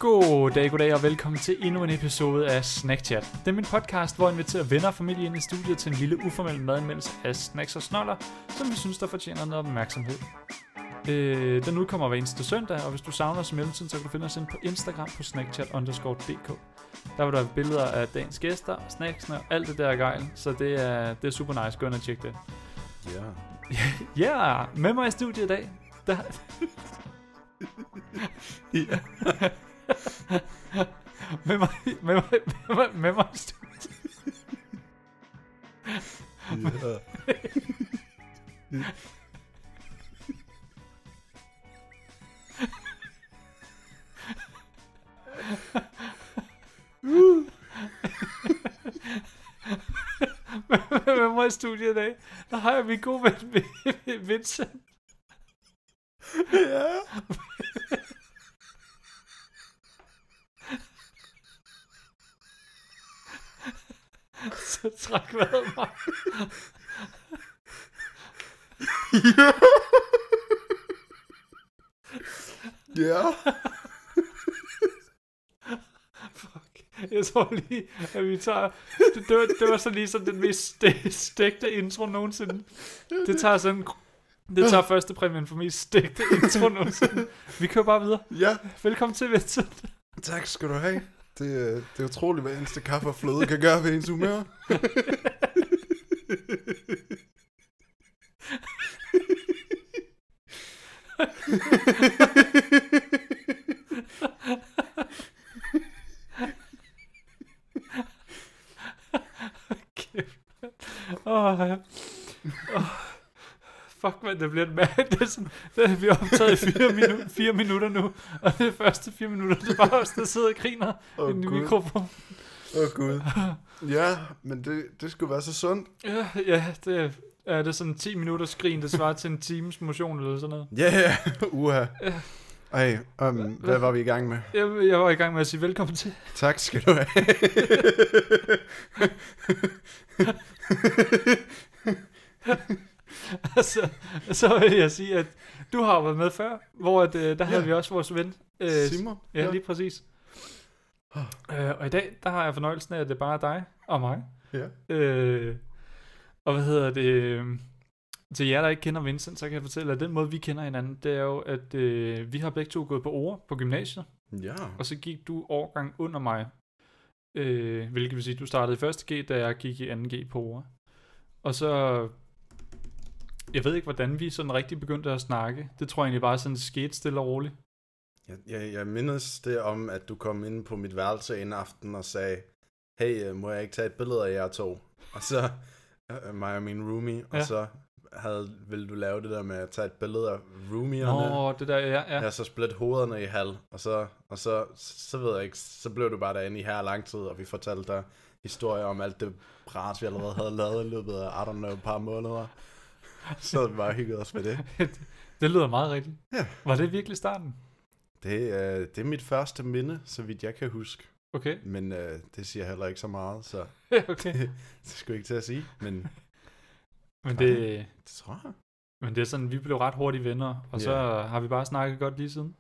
Goddag og velkommen til endnu en episode af Snackchat. Det er min podcast, hvor jeg inviterer venner og familie ind i studiet til en lille uformel madanmeldelse af snacks og snoller, som vi synes, der fortjener noget opmærksomhed. Den udkommer hver eneste søndag, og hvis du savner os i mellemtiden, så kan du finde os ind på Instagram på snackchat_dk. Der vil der være billeder af dagens gæster, snacksene og alt det der gejl, så det er super nice. Gå ind og tjek det. Ja. Ja, med mig i studiet i dag. Der... Ja. med mig i studiet. Ja. Med mig i studiet i dag, der har jeg min gode ven Vincent. Ja. Så træk vejret mig. Ja. Fuck. Jeg tror lige, at vi tager... Det var så ligesom den mest stegte intro nogensinde. Det tager første præmien for mest stegte intro nogensinde. Vi kører bare videre. Ja. Velkommen til Vincent. Tak skal du have. Det er utroligt, hvad eneste kaffe og fløde kan gøre ved ens humør. Fuck man, det bliver det vi har optaget i 4 minutter nu. Og det første 4 minutter, det er bare os, der sidder og griner i mikrofonen. Gud. Ja, men det skulle være så sundt. Ja, det er sådan 10 minutters grin, det svarer til en times motion eller sådan noget. Ja, uha. Ej, hvad var vi i gang med? Jeg var i gang med at sige velkommen til. Tak skal du have. Så vil jeg sige, at du har været med før, hvor der havde vi også vores ven Simon. Ja, lige præcis. Og i dag, der har jeg fornøjelsen af, at det bare er dig og mig. Ja. Og hvad hedder det? Til jer, der ikke kender Vincent, så kan jeg fortælle, at den måde, vi kender hinanden, det er jo, at vi har begge to gået på Ore på gymnasiet. Ja. Og så gik du årgang under mig. Hvilket vil sige, at du startede i 1. G, da jeg gik i 2. G på Ore. Og så... Jeg ved ikke, hvordan vi sådan rigtig begyndte at snakke. Det tror jeg egentlig bare sådan skete stille og roligt. Jeg mindes det om, at du kom ind på mit værelse en aften og sagde, hey, må jeg ikke tage et billede af jer to? Og så, mig og min roomie, og så ville du lave det der med at tage et billede af roomierne. Det der, ja. Ja, så split hovederne i halv, og så ved jeg ikke, så blev du bare derinde i her lang tid, og vi fortalte dig historier om alt det bras, vi allerede havde lavet i løbet af, I don't know, et par måneder. Så vi bare hygget os med det. Det lyder meget rigtigt. Ja. Var det virkelig starten? Det er mit første minde, så vidt jeg kan huske. Okay. Men det siger heller ikke så meget, så okay. det skulle ikke til at sige. Men det tror jeg. Men det er sådan, vi blev ret hurtigt venner, og så har vi bare snakket godt lige siden.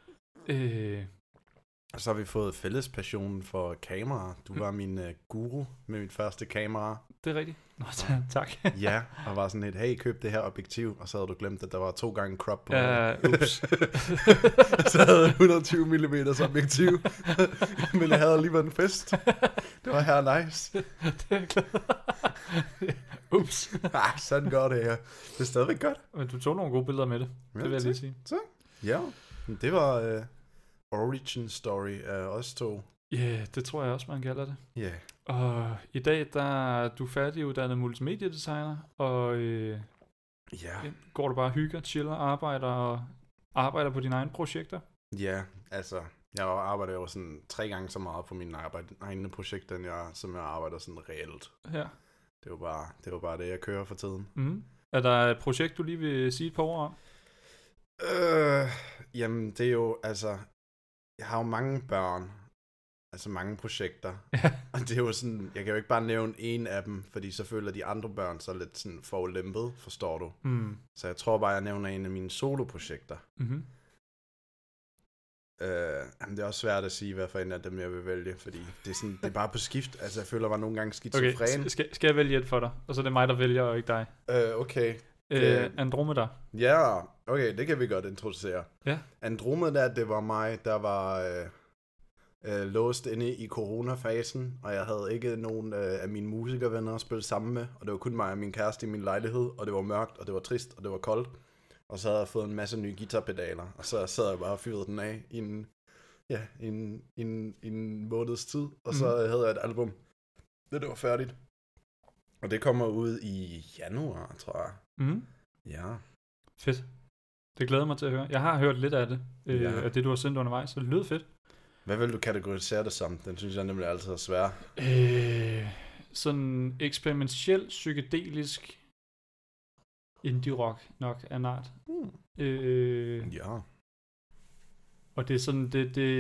Og så har vi fået fælles passion for kamera. Du var min guru med mit første kamera. Det er rigtigt. Nå, tak. Ja, og var sådan et, hey, køb det her objektiv, og så havde du glemt, at der var 2 gange crop på. Ups. Så havde jeg 120 mm objektiv, men jeg havde alligevel en fest. Det var her nice. Det er klart. Ups. Sådan går det her. Det er stadigvæk godt. Men du tog nogle gode billeder med det. Ja, det vil jeg lige sige. Så. Ja, det var origin story af os to. Ja, det tror jeg også, man kalder det. Ja. Yeah. Og i dag, der er du færdiguddannet multimediedesigner, og går du bare og hygger, chiller, arbejder på dine egne projekter? Ja, altså, jeg arbejder jo sådan 3 gange så meget på mine egne projekter, som jeg arbejder sådan reelt. Ja. Det var bare det, jeg kører for tiden. Mm. Er der et projekt, du lige vil sige et par ord om? Jamen, det er jo, altså, jeg har jo mange børn, altså mange projekter, og det er jo sådan, jeg kan jo ikke bare nævne en af dem, fordi så føler de andre børn så lidt sådan forulæmpet, forstår du? Så jeg tror bare, jeg nævner en af mine soloprojekter. Jamen, det er også svært at sige, hvad for en af dem jeg vil vælge, fordi det er bare på skift. Altså, jeg føler bare nogle gange skizofren. Okay, skal jeg vælge et for dig? Og så er det mig, der vælger, og ikke dig. Okay. Andromeda. Ja, okay, det kan vi godt introducere. Ja. Andromeda, det var mig, der var låst inde i coronafasen, og jeg havde ikke nogen af mine musikervenner at spille sammen med, og det var kun mig og min kæreste i min lejlighed, og det var mørkt, og det var trist, og det var koldt. Og så havde jeg fået en masse nye guitarpedaler, og så sad jeg bare og fyrede den af i en måneds tid, og så havde jeg et album. Det var færdigt. Og det kommer ud i januar, tror jeg. Mm. Ja. Fedt. Det glæder mig til at høre. Jeg har hørt lidt af det, af det du har sendt undervejs, så det lyder fedt. Hvad vil du kategorisere det som? Den synes jeg nemlig altid er svær. Sådan eksperimentel, psykedelisk indie-rock nok af en art. Ja. Og det er sådan,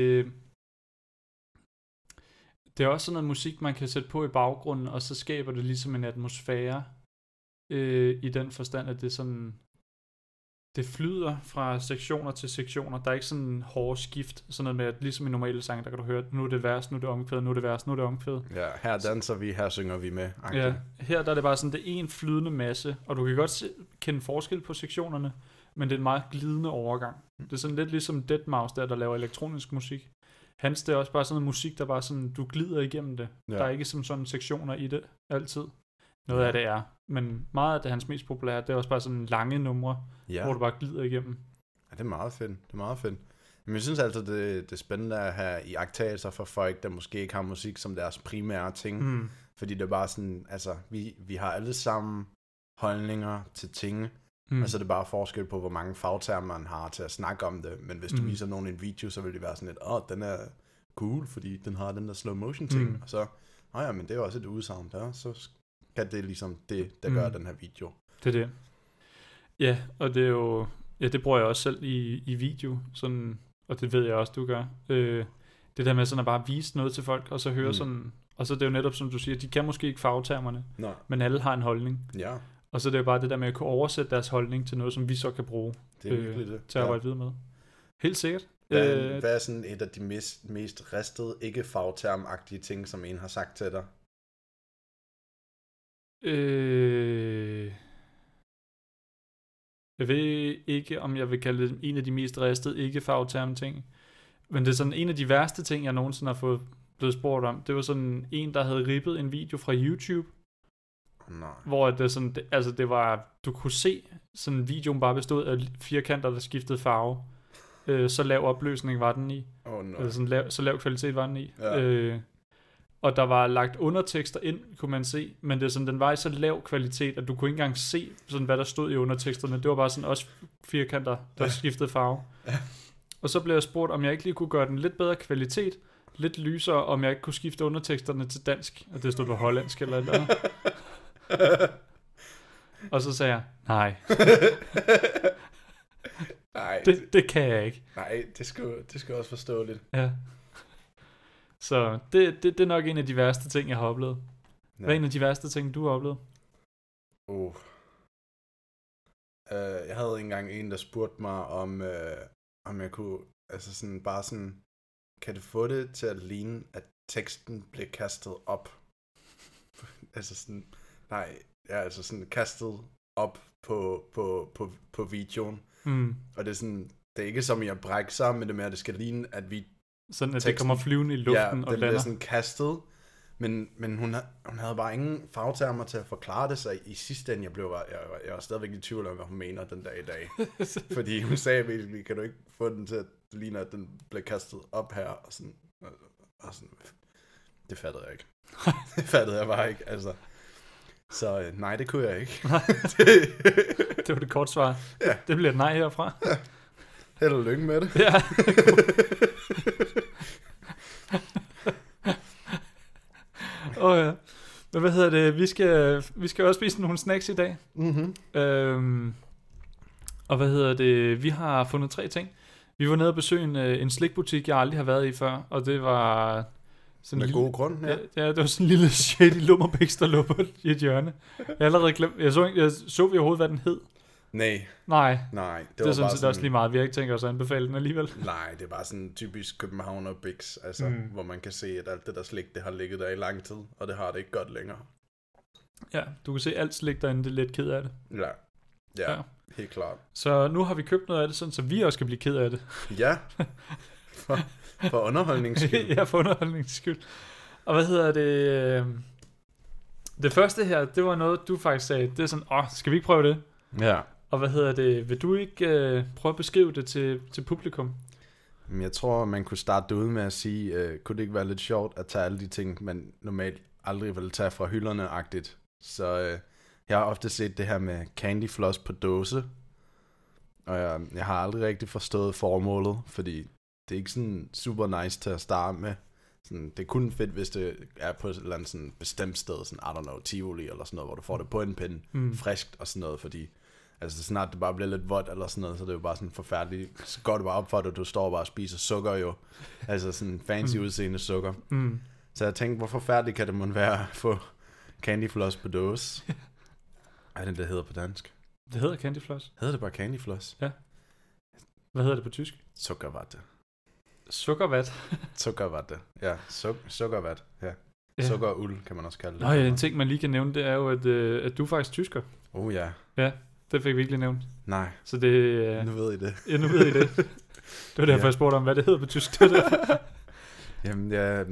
det er også sådan noget musik, man kan sætte på i baggrunden, og så skaber det ligesom en atmosfære, i den forstand, at det sådan, det flyder fra sektioner til sektioner. Der er ikke sådan en hård skift, sådan noget med, at ligesom i normale sange, der kan du høre, nu er det vers, nu er det omkvæd, nu er det vers, nu er det omkvæd. Ja, her danser vi, her synger vi med. Ja, her der er det bare sådan, det er en flydende masse, og du kan godt kende forskel på sektionerne, men det er en meget glidende overgang. Det er sådan lidt ligesom Deadmau5, der laver elektronisk musik. Hans, det er også bare sådan noget musik, der bare sådan, du glider igennem det. Ja. Der er ikke som sådan sektioner i det, altid. Noget af det er. Men meget af det, hans mest populære, det er også bare sådan lange numre, hvor du bare glider igennem. Ja, det er meget fedt. Det er meget fedt. Men jeg synes altid, det er spændende at have iagttagelser for folk, der måske ikke har musik som deres primære ting. Fordi det er bare sådan, altså, vi har alle sammen holdninger til ting. Og så er det bare forskel på, hvor mange fagtermer man har til at snakke om det. Men hvis du viser nogen en video, så vil det være sådan lidt, den er cool, fordi den har den der slow motion ting. Og så, ja, men det er også et udsagn der, så kan det ligesom det, der gør den her video. Det er det. Ja, og det er jo, det bruger jeg også selv i video, sådan, og det ved jeg også, du gør. Det der med sådan at bare vise noget til folk, og så høre sådan, og så det er jo netop, som du siger, de kan måske ikke fagtermerne, men alle har en holdning. Ja. Og så det er jo bare det der med at kunne oversætte deres holdning til noget, som vi så kan bruge det er virkelig det. Til at arbejde videre med. Helt sikkert. Hvad er sådan et af de mest ristede, ikke fagtermagtige ting, som en har sagt til dig? Jeg ved ikke, om jeg vil kalde det en af de mest ristede, ikke fagterm ting. Men det er sådan en af de værste ting, jeg nogensinde har blevet spurgt om. Det var sådan en, der havde rippet en video fra YouTube. Nej. Hvor det sådan, det var, du kunne se, sådan videoen bare bestod af firkanter, der skiftede farve. Så lav opløsning var den i. Eller sådan så lav kvalitet var den i. Ja. Og der var lagt undertekster ind, kunne man se, men det er sådan, den var i så lav kvalitet, at du kunne ikke engang se, sådan, hvad der stod i underteksterne. Det var bare sådan også firkanter, der skiftede farve. Ja. Og så blev jeg spurgt, om jeg ikke lige kunne gøre den lidt bedre kvalitet, lidt lysere, om jeg ikke kunne skifte underteksterne til dansk, og det stod på hollandsk eller noget. Og så sagde jeg, nej. Nej. Det kan jeg ikke. Nej, det skal også forståeligt. Ja. Så det er nok en af de værste ting, jeg har oplevet. Ja. Hvad er en af de værste ting, du har oplevet? Jeg havde engang en, der spurgte mig, om jeg kunne, altså sådan bare sådan, kan du få det til at ligne, at teksten blev kastet op? Altså sådan, nej, ja, altså sådan kastet op på videoen. Og det er sådan, det er ikke som i at brække sig, men det er mere, at det skal ligne, at vi sådan at teksten, det kommer flyvende i luften og lander. Ja, det bliver sådan kastet. Men hun havde bare ingen fagtermer til at forklare det, så i sidste ende, jeg var stadigvæk i tvivl om, hvad hun mener den dag i dag. Fordi hun sagde virkelig, kan du ikke få den til at ligne, at den blev kastet op her, og sådan, det fattede jeg ikke. Det fattede jeg bare ikke, altså. Så nej, det kunne jeg ikke. Det var det kort svar. Ja. Det bliver et nej herfra. Ja. Held og lykke med det. Ja. Ja. Men hvad hedder det? Vi skal også spise nogle snacks i dag. Og hvad hedder det? Vi har fundet 3 ting. Vi var nede og besøge en slikbutik, jeg aldrig har været i før, og det var sådan med god grund, ja. Ja, det var sådan en lille shady lummerpiks, der lå på i et hjørne. Jeg allerede glemt. Jeg så vi overhovedet, hvad den hed. Nej. Nej. Det er sådan set også lige meget. Vi har ikke tænkt os at anbefale den alligevel. Nej, det er bare sådan typisk København og Bix, altså, hvor man kan se, at alt det der slik, det har ligget der i lang tid, og det har det ikke godt længere. Ja, du kan se alt slik derinde, det er lidt ked af det. Ja, helt klart. Så nu har vi købt noget af det, sådan, så vi også kan blive ked af det. Ja, for underholdningens skyld. Ja, for underholdningens skyld. Og hvad hedder det? Det første her, det var noget, du faktisk sagde. Det er sådan, skal vi ikke prøve det? Ja. Og hvad hedder det? Vil du ikke prøve at beskrive det til publikum? Jeg tror, man kunne starte det ud med at sige, kunne det ikke være lidt sjovt at tage alle de ting, man normalt aldrig ville tage fra hylderne-agtigt. Så jeg har ofte set det her med candy floss på dåse. Og jeg har aldrig rigtig forstået formålet, fordi det er ikke sådan super nice til at starte med. Sådan, det er kun fedt, hvis det er på et eller andet sådan bestemt sted, sådan, I don't know, Tivoli eller sådan noget, hvor du får det på en pind, friskt og sådan noget, fordi altså snart det bare bliver lidt vådt eller sådan noget, så det er jo bare sådan forfærdeligt. Så går du bare op for det, du står bare og spiser sukker jo. Altså sådan fancy udseende sukker. Så jeg tænkte, hvor forfærdeligt kan det måtte være at få candy floss på dåse? Hvad er det hedder på dansk? Det hedder candy floss. Hedder det bare candy floss? Ja. Hvad hedder det på tysk? Sukkervatte. Sukkervat? Sukkervatte, ja. Sukkervat, ja. Sukker og uld, kan man også kalde det. Nå ja, en ting, man lige kan nævne, det er jo, at du er faktisk tysker. Ja. Ja, det fik vi ikke lige nævnt. Nej. Så det... Nu ved I det. Ja, nu ved I det. Det var derfor, jeg spurgte om, hvad det hedder på tysk. Jamen,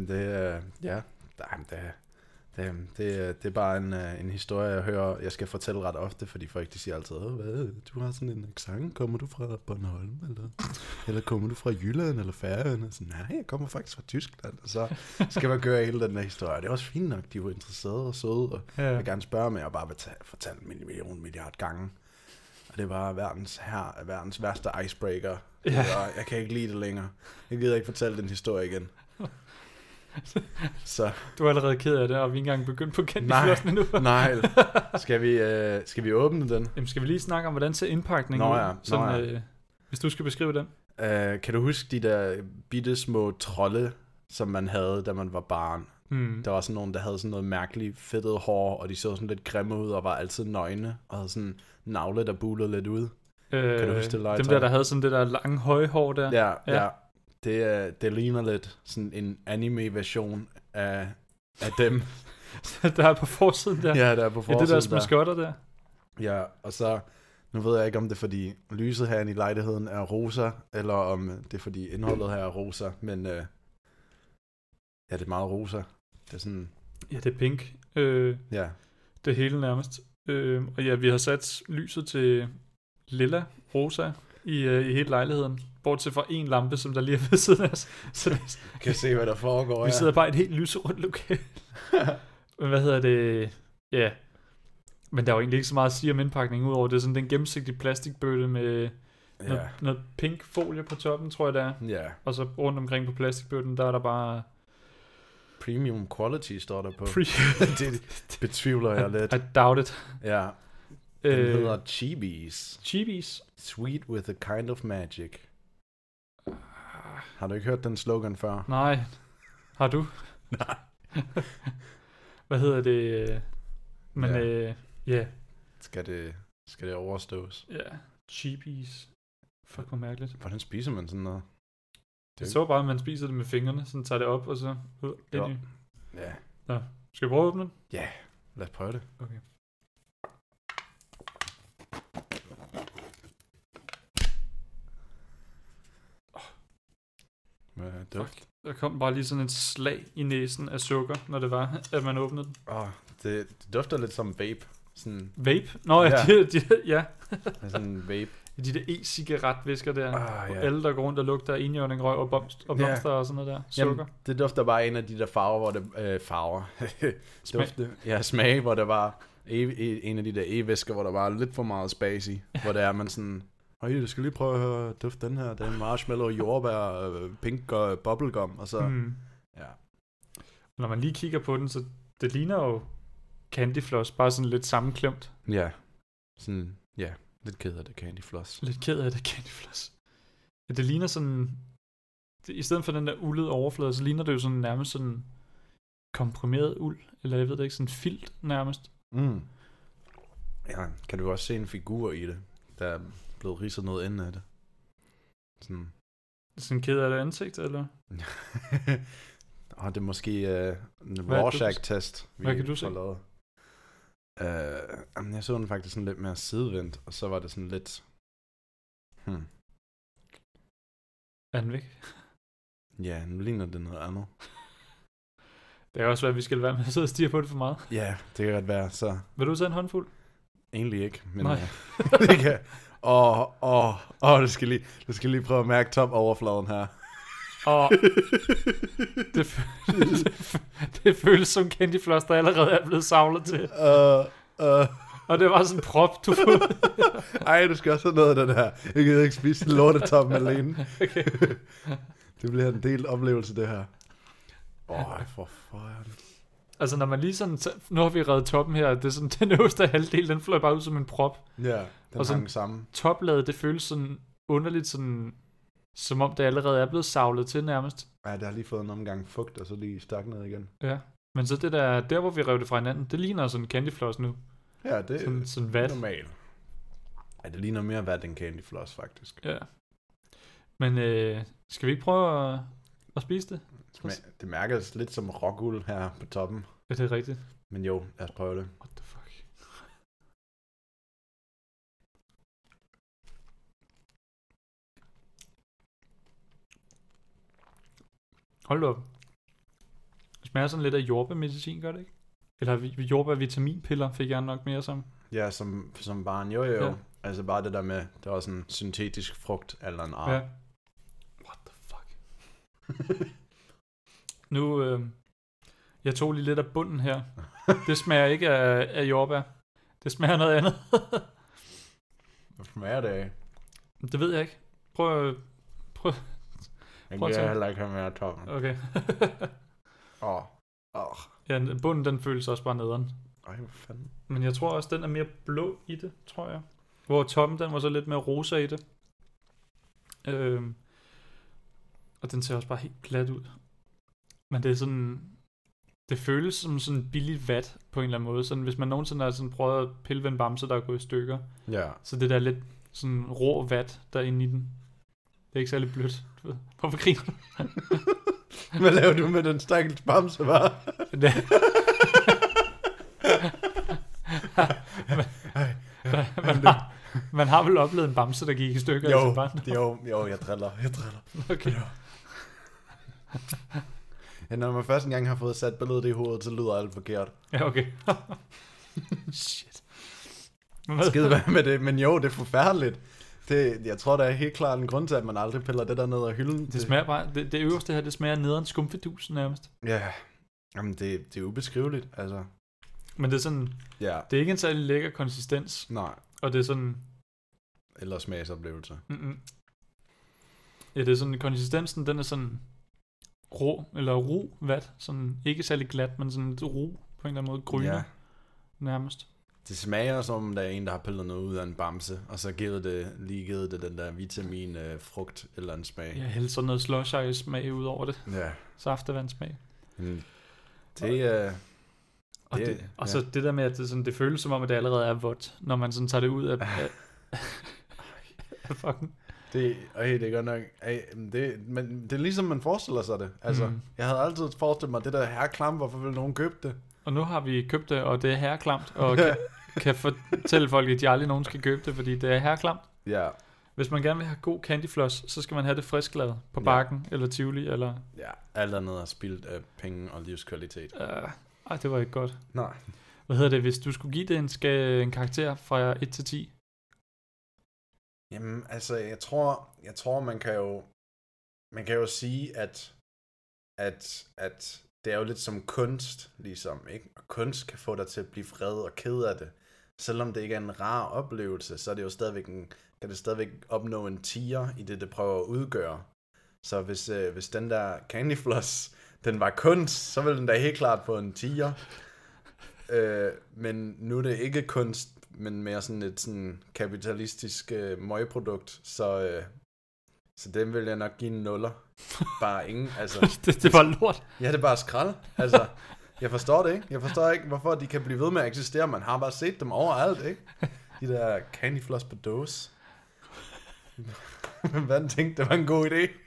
det er bare en historie, jeg hører, jeg skal fortælle ret ofte, fordi folk de siger altid, hvad, du har sådan en accent, kommer du fra Bornholm, eller kommer du fra Jylland, eller Færøerne? Så nej, jeg kommer faktisk fra Tyskland, og så skal man køre hele den der historie. Det er også fint nok, de var interesserede og søde, og jeg vil gerne spørge mig, og bare fortælle en milliard gange. Og det var verdens værste icebreaker. Ja. Jeg kan ikke lide det længere. Jeg gider ikke fortælle den historie igen. Så. Du er allerede ked af det, og vi er ikke engang begyndt på candyflossen endnu. Nej. Skal vi åbne den? Jamen, skal vi lige snakke om, hvordan ser indpakningen ud? Hvis du skal beskrive den. Kan du huske de der bitte små trolde, som man havde, da man var barn? Der var sådan nogle, der havde sådan noget mærkeligt fedtet hår, og de så sådan lidt grimme ud, og var altid nøgne, og havde sådan navle, der bulede lidt ud. Kan du huske det legetøj? Dem der havde sådan det der lange høje hår der. Ja. Det ligner lidt sådan en anime-version af dem. Der er på forsiden der. Ja, der er på forsiden. Ja, det der maskotter der. Ja, og så, nu ved jeg ikke, om det er fordi lyset her i lejligheden er rosa, eller om det er fordi indholdet her er rosa, men ja, det er meget rosa. Det er sådan... Ja, det er pink. Ja. Det hele nærmest. Og ja, vi har sat lyset til lilla, rosa i hele lejligheden. Bortset fra en lampe, som der lige er ved siden af os. Så kan se, hvad der foregår. Vi sidder bare i et helt lyserundt lokal. Men hvad hedder det? Ja. Men der er jo egentlig ikke så meget at sige om indpakningen, udover det er sådan den gennemsigtige plastikbøtte med noget pink folie på toppen, tror jeg det er. Ja. Og så rundt omkring på plastikbøtten, der er der bare... Premium quality står der på. Det betvivler jeg lidt. I doubt it. Ja. Den hedder Chibis. Chibis. Sweet with a kind of magic. Har du ikke hørt den slogan før? Nej. Har du? Nej. Hvad hedder det? Men ja. Skal det overstås? Ja. Chibis. Fuck, hvor mærkeligt. Hvordan spiser man sådan noget? Det så bare, at man spiser det med fingrene, sådan tager det op, og så ind i. Ja. Nå, skal vi prøve at åbne den? Ja, lad os prøve det. Okay. Fuck. Der kom bare lige sådan et slag i næsen af sukker, når det var, at man åbnede den. Det dufter lidt som vape. Sådan... Vape? Nå ja, ja. Sådan vape. De der e-cigaretvæsker der, og alle der går rundt og lugter af enhjørningrøg og blomster og sådan noget der. Sukker. Jamen, det dufter bare en af de der farver, hvor det... smag, hvor der var en af de der e-væsker, hvor der var lidt for meget space i. Hvor der er man sådan... Du skal lige prøve at høre dufte den her. Det er marshmallow, jordbær, pink og bubblegum, og så... Ja. Når man lige kigger på den, så det ligner jo candyfloss, bare sådan lidt sammenklemt. Ja. Sådan, ja. Lidt ked af det candyfloss. Lidt ked af det candyfloss. Ja, det ligner sådan... I stedet for den der uldede overflade, så ligner det jo sådan nærmest sådan komprimeret uld. Eller jeg ved det ikke, sådan filt nærmest. Ja, kan du også se en figur i det? der er blevet ridset noget ind af det. Sådan ked af det ansigt, eller? Og det er måske en Rorschach-test, Hvad kan du se? lavet. Jeg så den faktisk sådan lidt mere sidevendt, og så var det sådan lidt... Er den væk? Ja, nu ligner det noget andet. Det er også, hvad vi skal være med at sidde og stirre på det for meget. Ja, det kan godt være, så... Vil du tage en håndfuld? Egentlig ikke, men... Nej. Det kan... Du skal lige prøve at mærke topoverfladen her. Og det føles som Candy Floss, der allerede er blevet savlet til. Og det var sådan en prop, du får. Ej, du skal også have noget af den her. Jeg gider ikke spise lortetoppen alene. Okay. Det bliver en del oplevelse, det her. For fanden. Altså, når man lige sådan... Nu har vi reddet toppen her. Det er sådan, den øverste halvdel, den fløj bare ud som en prop. Ja, den og hang sammen. Toplaget, det føles sådan underligt sådan... Som om det allerede er blevet savlet til nærmest. Ja, det har lige fået en omgang fugt, og så lige stak ned igen. Ja, men så det der hvor vi rev det fra hinanden, det ligner sådan Candy Floss nu. Ja, det er sådan vat. Normalt. Ja, det ligner mere vat end Candy Floss, faktisk. Ja. Men skal vi ikke prøve at spise det? Det mærkes lidt som råguld her på toppen. Ja, det er rigtigt. Men jo, lad os prøve det. What the fuck? Hold da op. Det smager sådan lidt af jordbærmedicin, gør det ikke? Eller jordbærvitaminpiller fik jeg nok mere som. Ja, som barn. Jo. Ja. Altså bare det der med, det var sådan en syntetisk frugt eller en art. Ja. What the fuck? Nu, jeg tog lige lidt af bunden her. Det smager ikke af jordbær. Det smager noget andet. Hvad smager det af? Det ved jeg ikke. Prøv Jeg kan heller ikke have mere toppen. Okay. Ja, bunden den føles også bare nederen. Ej, hvad fanden. Men jeg tror også, den er mere blå i det, tror jeg. Hvor toppen, den var så lidt mere rosa i det. Og den ser også bare helt plat ud. Men det er sådan... Det føles som sådan en billig vat på en eller anden måde. Sådan, hvis man nogensinde har sådan prøvet at pille ved en bamse, der er gået i stykker. Ja. Så det der lidt sådan rå vat, der er inde i den. Det er ikke særlig blødt. Du ved. Hvorfor griner du? Hvad laver du med den stakkels bamse, hva'? Man har vel oplevet en bamse, der gik i stykker i sin barndom? Jo, jeg driller. Okay. Ja, når man først engang har fået sat billedet i hovedet, så lyder alt forkert. Ja, okay. Shit. Skide være med det, men jo, det er forfærdeligt. Jeg tror, der er helt klart en grund til, at man aldrig piller det der ned af hylden. Det smager bare, det øverste her, det smager nederen skumfidus nærmest. Ja, jamen det er ubeskriveligt, altså. Men det er sådan, ja. Det er ikke en særlig lækker konsistens. Nej. Og det er sådan... Eller smagsoplevelse. Ja, det er sådan, konsistensen, den er sådan rå, eller ru vat, sådan ikke særlig glat, men sådan ru på en eller anden måde, gryner nærmest. Det smager som, der er en, der har pillet noget ud af en bamse, og så givet det den der vitamin, frugt eller en smag. Ja, helt sådan noget slush ice smag ud over det. Ja. Saftevandsmag. Og så det der med, at det føles som om, at det allerede er vådt, når man sådan tager det ud af fucking... Det er godt nok... Men det er ligesom, man forestiller sig det. Altså, jeg havde altid forestillet mig, det der herreklamt, hvorfor ville nogen købe det? Og nu har vi købt det, og det er herreklamt, og kan fortælle folk, at de aldrig nogen skal købe det, fordi det er herreklamt. Ja. Hvis man gerne vil have god Candy Floss, så skal man have det frisklavet på Bakken, eller Tivoli, eller... Ja, alt andet er spildt af penge og livskvalitet. Ej, det var ikke godt. Nej. Hvad hedder det, hvis du skulle give det en karakter fra 1 til 10? Jamen, altså, jeg tror man kan jo sige, at det er jo lidt som kunst, ligesom, ikke? Og kunst kan få dig til at blive vred og ked af det. Selvom det ikke er en rar oplevelse, så er det jo stadigvæk kan det stadigvæk opnå en 10'er i det prøver at udgøre. Så hvis den der Candy Floss, den var kunst, så ville den da helt klart få en 10'er. Men nu er det ikke kunst, men mere sådan et sådan kapitalistisk møgprodukt, så den vil jeg nok give en 0'er. Bare ingen, altså. det var lort. Ja, det er bare skrald. Altså, jeg forstår det ikke. Jeg forstår ikke, hvorfor de kan blive ved med at eksistere. Man har bare set dem overalt, ikke? De der candy floss på dåse. Men hvad tænkte, det var en god idé?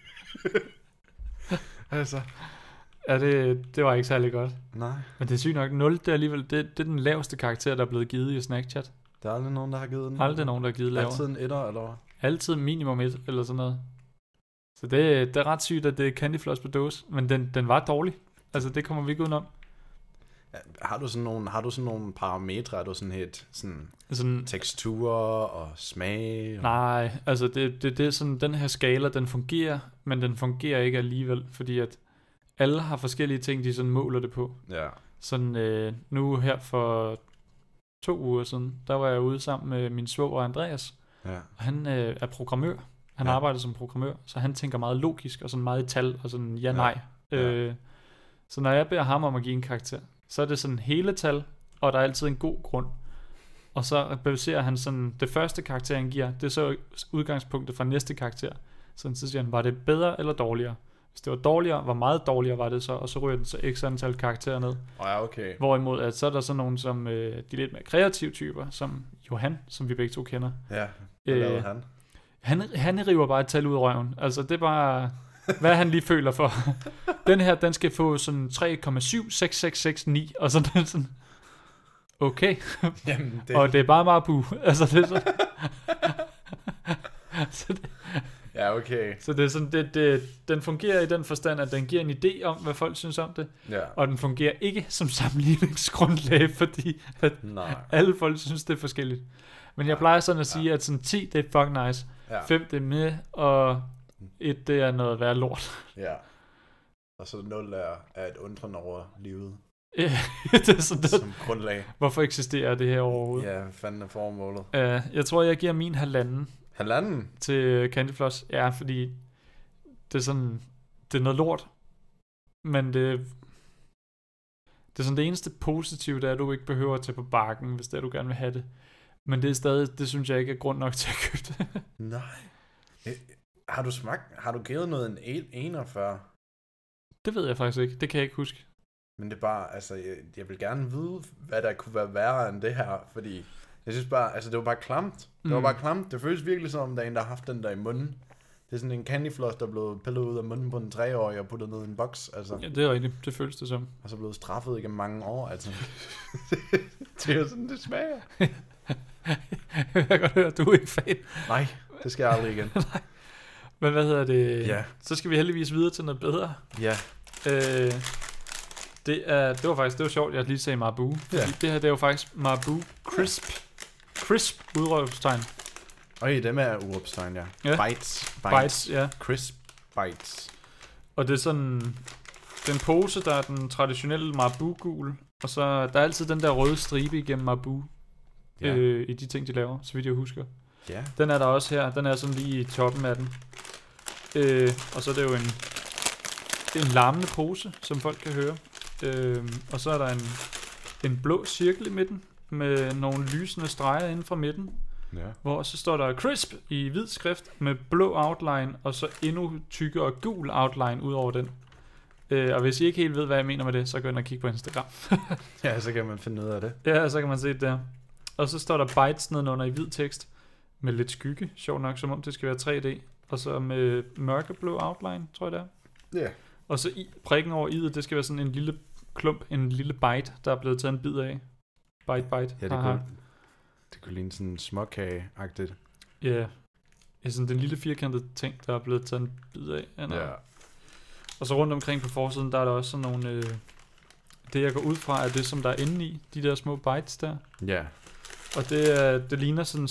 Altså, ja, det var ikke særlig godt. Nej. Men det er sygt nok, 0, det er alligevel, det er den laveste karakter, der er blevet givet i Snackchat. Der er aldrig nogen, der har givet den? Aldrig nogen, der har givet lavere. Altid en etter, eller hvad? Altid minimum 1, eller sådan noget. Så det er ret sygt, at det er Candy Floss på dåse. Men den var dårlig. Altså, det kommer vi ikke udenom. Ja, har du sådan nogle parametre? Er du sådan teksturer og smag? Og... Nej, altså det er sådan, den her skala, den fungerer, men den fungerer ikke alligevel, fordi at alle har forskellige ting, de sådan måler det på. Ja. Sådan nu her for 2 uger siden, der var jeg ude sammen med min svoger Andreas. Ja. Og han er programmør. Han arbejder som programmør, så han tænker meget logisk og sådan meget i tal og sådan ja-nej. Ja. Så når jeg beder ham om at give en karakter, så er det sådan hele tal, og der er altid en god grund. Og så baserer han sådan, det første karakter han giver, det er så udgangspunktet fra næste karakter. Så siger han, var det bedre eller dårligere? Hvis det var dårligere, hvor meget dårligere var det så? Og så ryger den så x antal karakterer ned. Ja, okay. Hvorimod, at så er der så nogen som de lidt mere kreative typer, som Johan, som vi begge to kender. Ja, hvad lavede han? Han river bare et tal ud af røven. Altså det er bare, hvad han lige føler for. Den her, den skal få sådan 3,76669, og sådan. Okay. Jamen, det... Og det er bare Marbu. Altså det er så... så det... Ja, okay. Så det er sådan, den fungerer i den forstand, at den giver en idé om, hvad folk synes om det. Ja. Og den fungerer ikke som sammenligningsgrundlag, fordi at alle folk synes, det er forskelligt. Men jeg plejer sådan at sige, at sådan 10, det er fucking nice. 5, det er med, og 1, det er noget værd lort. Ja. Og så 0 er et undren over livet. Det er sådan som grundlag. Hvorfor eksisterer det her overhovedet? Ja, hvad fanden er formålet? Jeg tror, jeg giver min 1,5. 1,5? Til Candy Floss. Ja, fordi det er sådan, det er noget lort. Men det er sådan det eneste positive, det er, at du ikke behøver at tage på bakken, hvis det er, du gerne vil have det. Men det er stadig, det synes jeg ikke er grund nok til at købe det. Nej. Har du givet noget en 41? Det ved jeg faktisk ikke. Det kan jeg ikke huske. Men det er bare, altså, jeg vil gerne vide, hvad der kunne være værre end det her, fordi jeg synes bare, altså, det var bare klamt. Det var bare klamt. Det føles virkelig som, om der er en, der har haft den der i munden. Det er sådan en candy floss, der er blevet pillet ud af munden på en 3-årig og puttet ned i en boks, altså. Ja, det er rigtigt. Det føles det som. Og så blevet straffet igennem mange år, altså. Det er jo sådan, det smager. Jeg kan godt høre, at du er ikke fan. Nej, det skal jeg aldrig igen. Nej. Men hvad hedder det? Ja. Så skal vi heldigvis videre til noget bedre. Ja. Det var sjovt, jeg lige sagde Marbu. Fordi det her, det er jo faktisk Marbu Crisp udråbstegn. Dem er udråbstegn, ja. Bites, ja. Crisp Bites. Og det er sådan, den pose, der er den traditionelle Marbu-gul, og så der er altid den der røde stribe igennem Marbu i de ting, de laver, så vidt jeg husker. Ja. Den er der også her, den er sådan lige i toppen af den. Og så er det jo en larmende pose, som folk kan høre. Og så er der en blå cirkel i midten, med nogle lysende streger inden fra midten. Ja. Hvor så står der crisp i hvid skrift med blå outline, og så endnu tykkere gul outline ud over den. Og hvis I ikke helt ved, hvad jeg mener med det, så gå ind og kigge på Instagram. Ja, så kan man finde ud af det. Ja, så kan man se det der. Og så står der bites nedenunder i hvid tekst, med lidt skygge, sjovt nok, som om det skal være 3D. Og så med mørkeblå outline, tror jeg det er. Ja. Yeah. Og så prikken over i'et, det skal være sådan en lille klump, en lille bite, der er blevet taget en bid af. Bite. Ja, det kunne ligne sådan en småkage-agtigt. Ja, sådan den lille firkantede ting, der er blevet taget en bid af. Ja. Og så rundt omkring på forsiden, der er der også sådan nogle, det jeg går ud fra, er det, som der er inde i, de der små bites der. Ja. Og det ligner sådan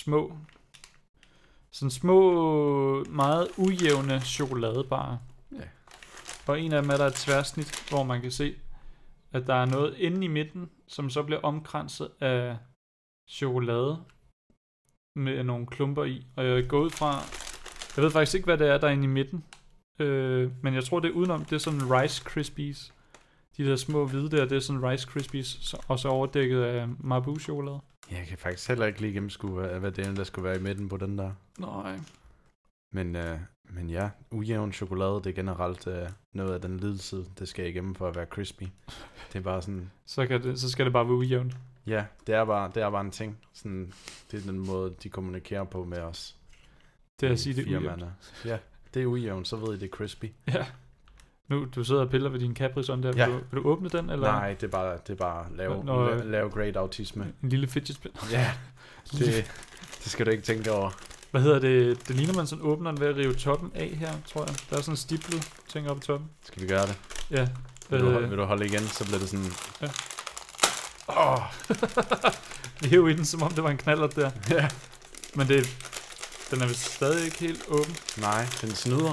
små, meget ujævne chokoladebarer. Ja. Og en af dem er der et tværsnit, hvor man kan se, at der er noget inde i midten, som så bliver omkranset af chokolade med nogle klumper i. Og jeg går ud fra, jeg ved faktisk ikke, hvad det er, der er inde i midten. Men jeg tror, det er udenom, det er sådan Rice Krispies. De der små hvide der, det er sådan Rice Krispies, og så overdækket af Marabou-chokolade. Jeg kan faktisk heller ikke lige gennemskue, hvad det er, der skulle være i midten på den der. Nej. Men ja, ujævn chokolade, det er generelt noget af den lidelse, det skal igennem for at være crispy. Det er bare sådan... Så skal det bare være ujævnt. Ja, det er bare en ting. Sådan, det er den måde, de kommunikerer på med os. Det er at sige, det er ujævnt. Ja, det er ujævnt, så ved I, det er crispy. Ja. Nu, du sidder og piller ved din Capri-Sun der. Ja. Vil du åbne den? Eller? Nej, det er bare lave great autisme. En lille fidget spin. Ja, det skal du ikke tænke over. Hvad hedder det? Det ligner man sådan åbner den ved at rive toppen af her, tror jeg. Der er sådan en stiplet ting oppe i toppen. Skal vi gøre det? Ja. Vil du holde igen, så bliver det sådan... Ja. Vi hæver i den, som om det var en knallert der. Ja. Men den er vist stadig ikke helt åben. Nej, den snyder.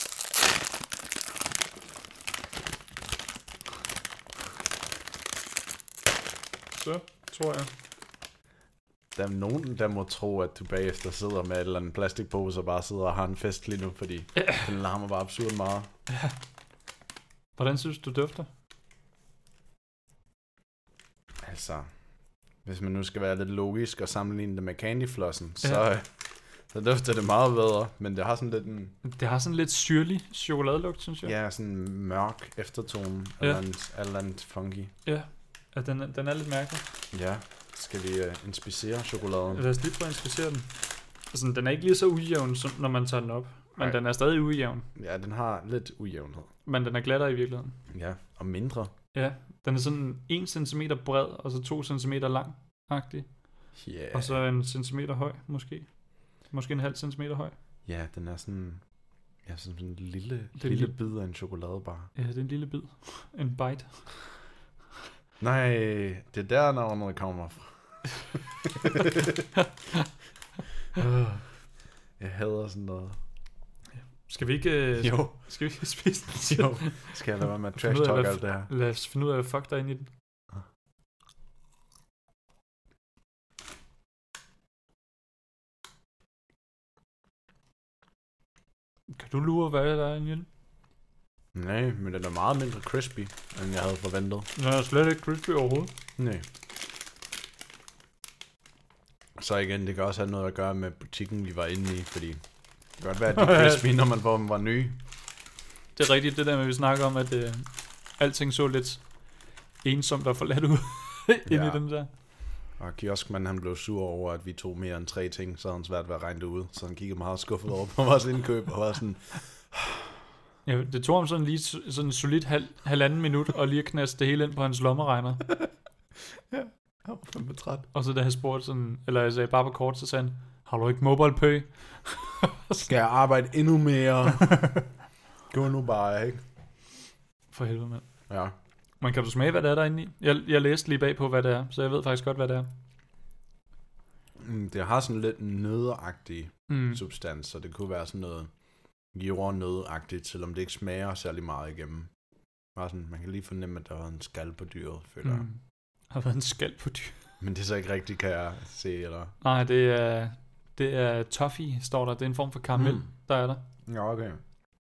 Så, tror jeg. Der er nogen, der må tro, at du bagefter sidder med et eller andet plastikpose og bare sidder og har en fest lige nu, fordi den larmer bare absurd meget. Ja. Hvordan synes du dufter? Altså, hvis man nu skal være lidt logisk og sammenligne det med candyflossen, så dufter det meget bedre, men det har sådan lidt en... Det har sådan lidt syrlig chokoladelugt, synes jeg. Ja, sådan en mørk eftertone, eller andet funky. Ja, den er lidt mærkelig. Ja, skal vi inspicere chokoladen? Lad os lige prøve at inspicere den. Altså, den er ikke lige så ujævn, som når man tager den op. Men den er stadig ujævn. Ja, den har lidt ujævnhed. Men den er glattere i virkeligheden. Ja, og mindre. Ja, den er sådan 1 cm bred, og så 2 cm lang-agtig. Yeah. Og så 1 centimeter høj, måske. Måske 0,5 centimeter høj. Ja, den er sådan... Ja, sådan en lille bid af en chokoladebar. Ja, det er en lille bid. En bite. Nej, det er der navnet kommer fra. Jeg hader sådan noget. Skal vi ikke... Jo. Skal vi ikke spise den? Jo. Skal jeg lade være med at trash talk alt det her? Lad os finde ud af, hvad fuck der er inde i den. Kan du lure, hvad der er inde i den? Nej, men den er meget mindre crispy, end jeg havde forventet. Den er slet ikke crispy overhovedet. Nej. Så igen, det kan også have noget at gøre med butikken, vi var inde i, fordi det kan godt være, at de er crispy, når man får dem var nye. Det er rigtigt, det der med, at vi snakker om, at alting så lidt ensomt og forladt ud inde i dem der. Og kioskmanden, han blev sur over, at vi tog mere end 3 ting, så havde han svært ved at regne det ud. Så han kiggede meget skuffet over på vores indkøb, og var sådan... Ja, det tog ham sådan lige sådan en solid halvanden minut, og lige at knaste det hele ind på hans lommeregner. Ja, jeg var fandme træt. Og så da jeg spurgte sådan, eller jeg sagde bare på kort, så sagde han, har du ikke MobilePay? Skal jeg arbejde endnu mere? Gå nu bare, ikke? For helvede, mand. Ja. Men kan du smage, hvad der er derinde i? Jeg læste lige bag på, hvad det er, så jeg ved faktisk godt, hvad det er. Det har sådan lidt nøddeagtig substans, så det kunne være sådan noget jordnøddeagtigt, selvom det ikke smager særlig meget igennem. Bare sådan, man kan lige fornemme, at der var en skal på dyret, føler jeg. Har været en skal på dyr. Men det er så ikke rigtigt, kan jeg se, eller? Nej, det er toffee, står der. Det er en form for karamel, der er der. Ja, okay.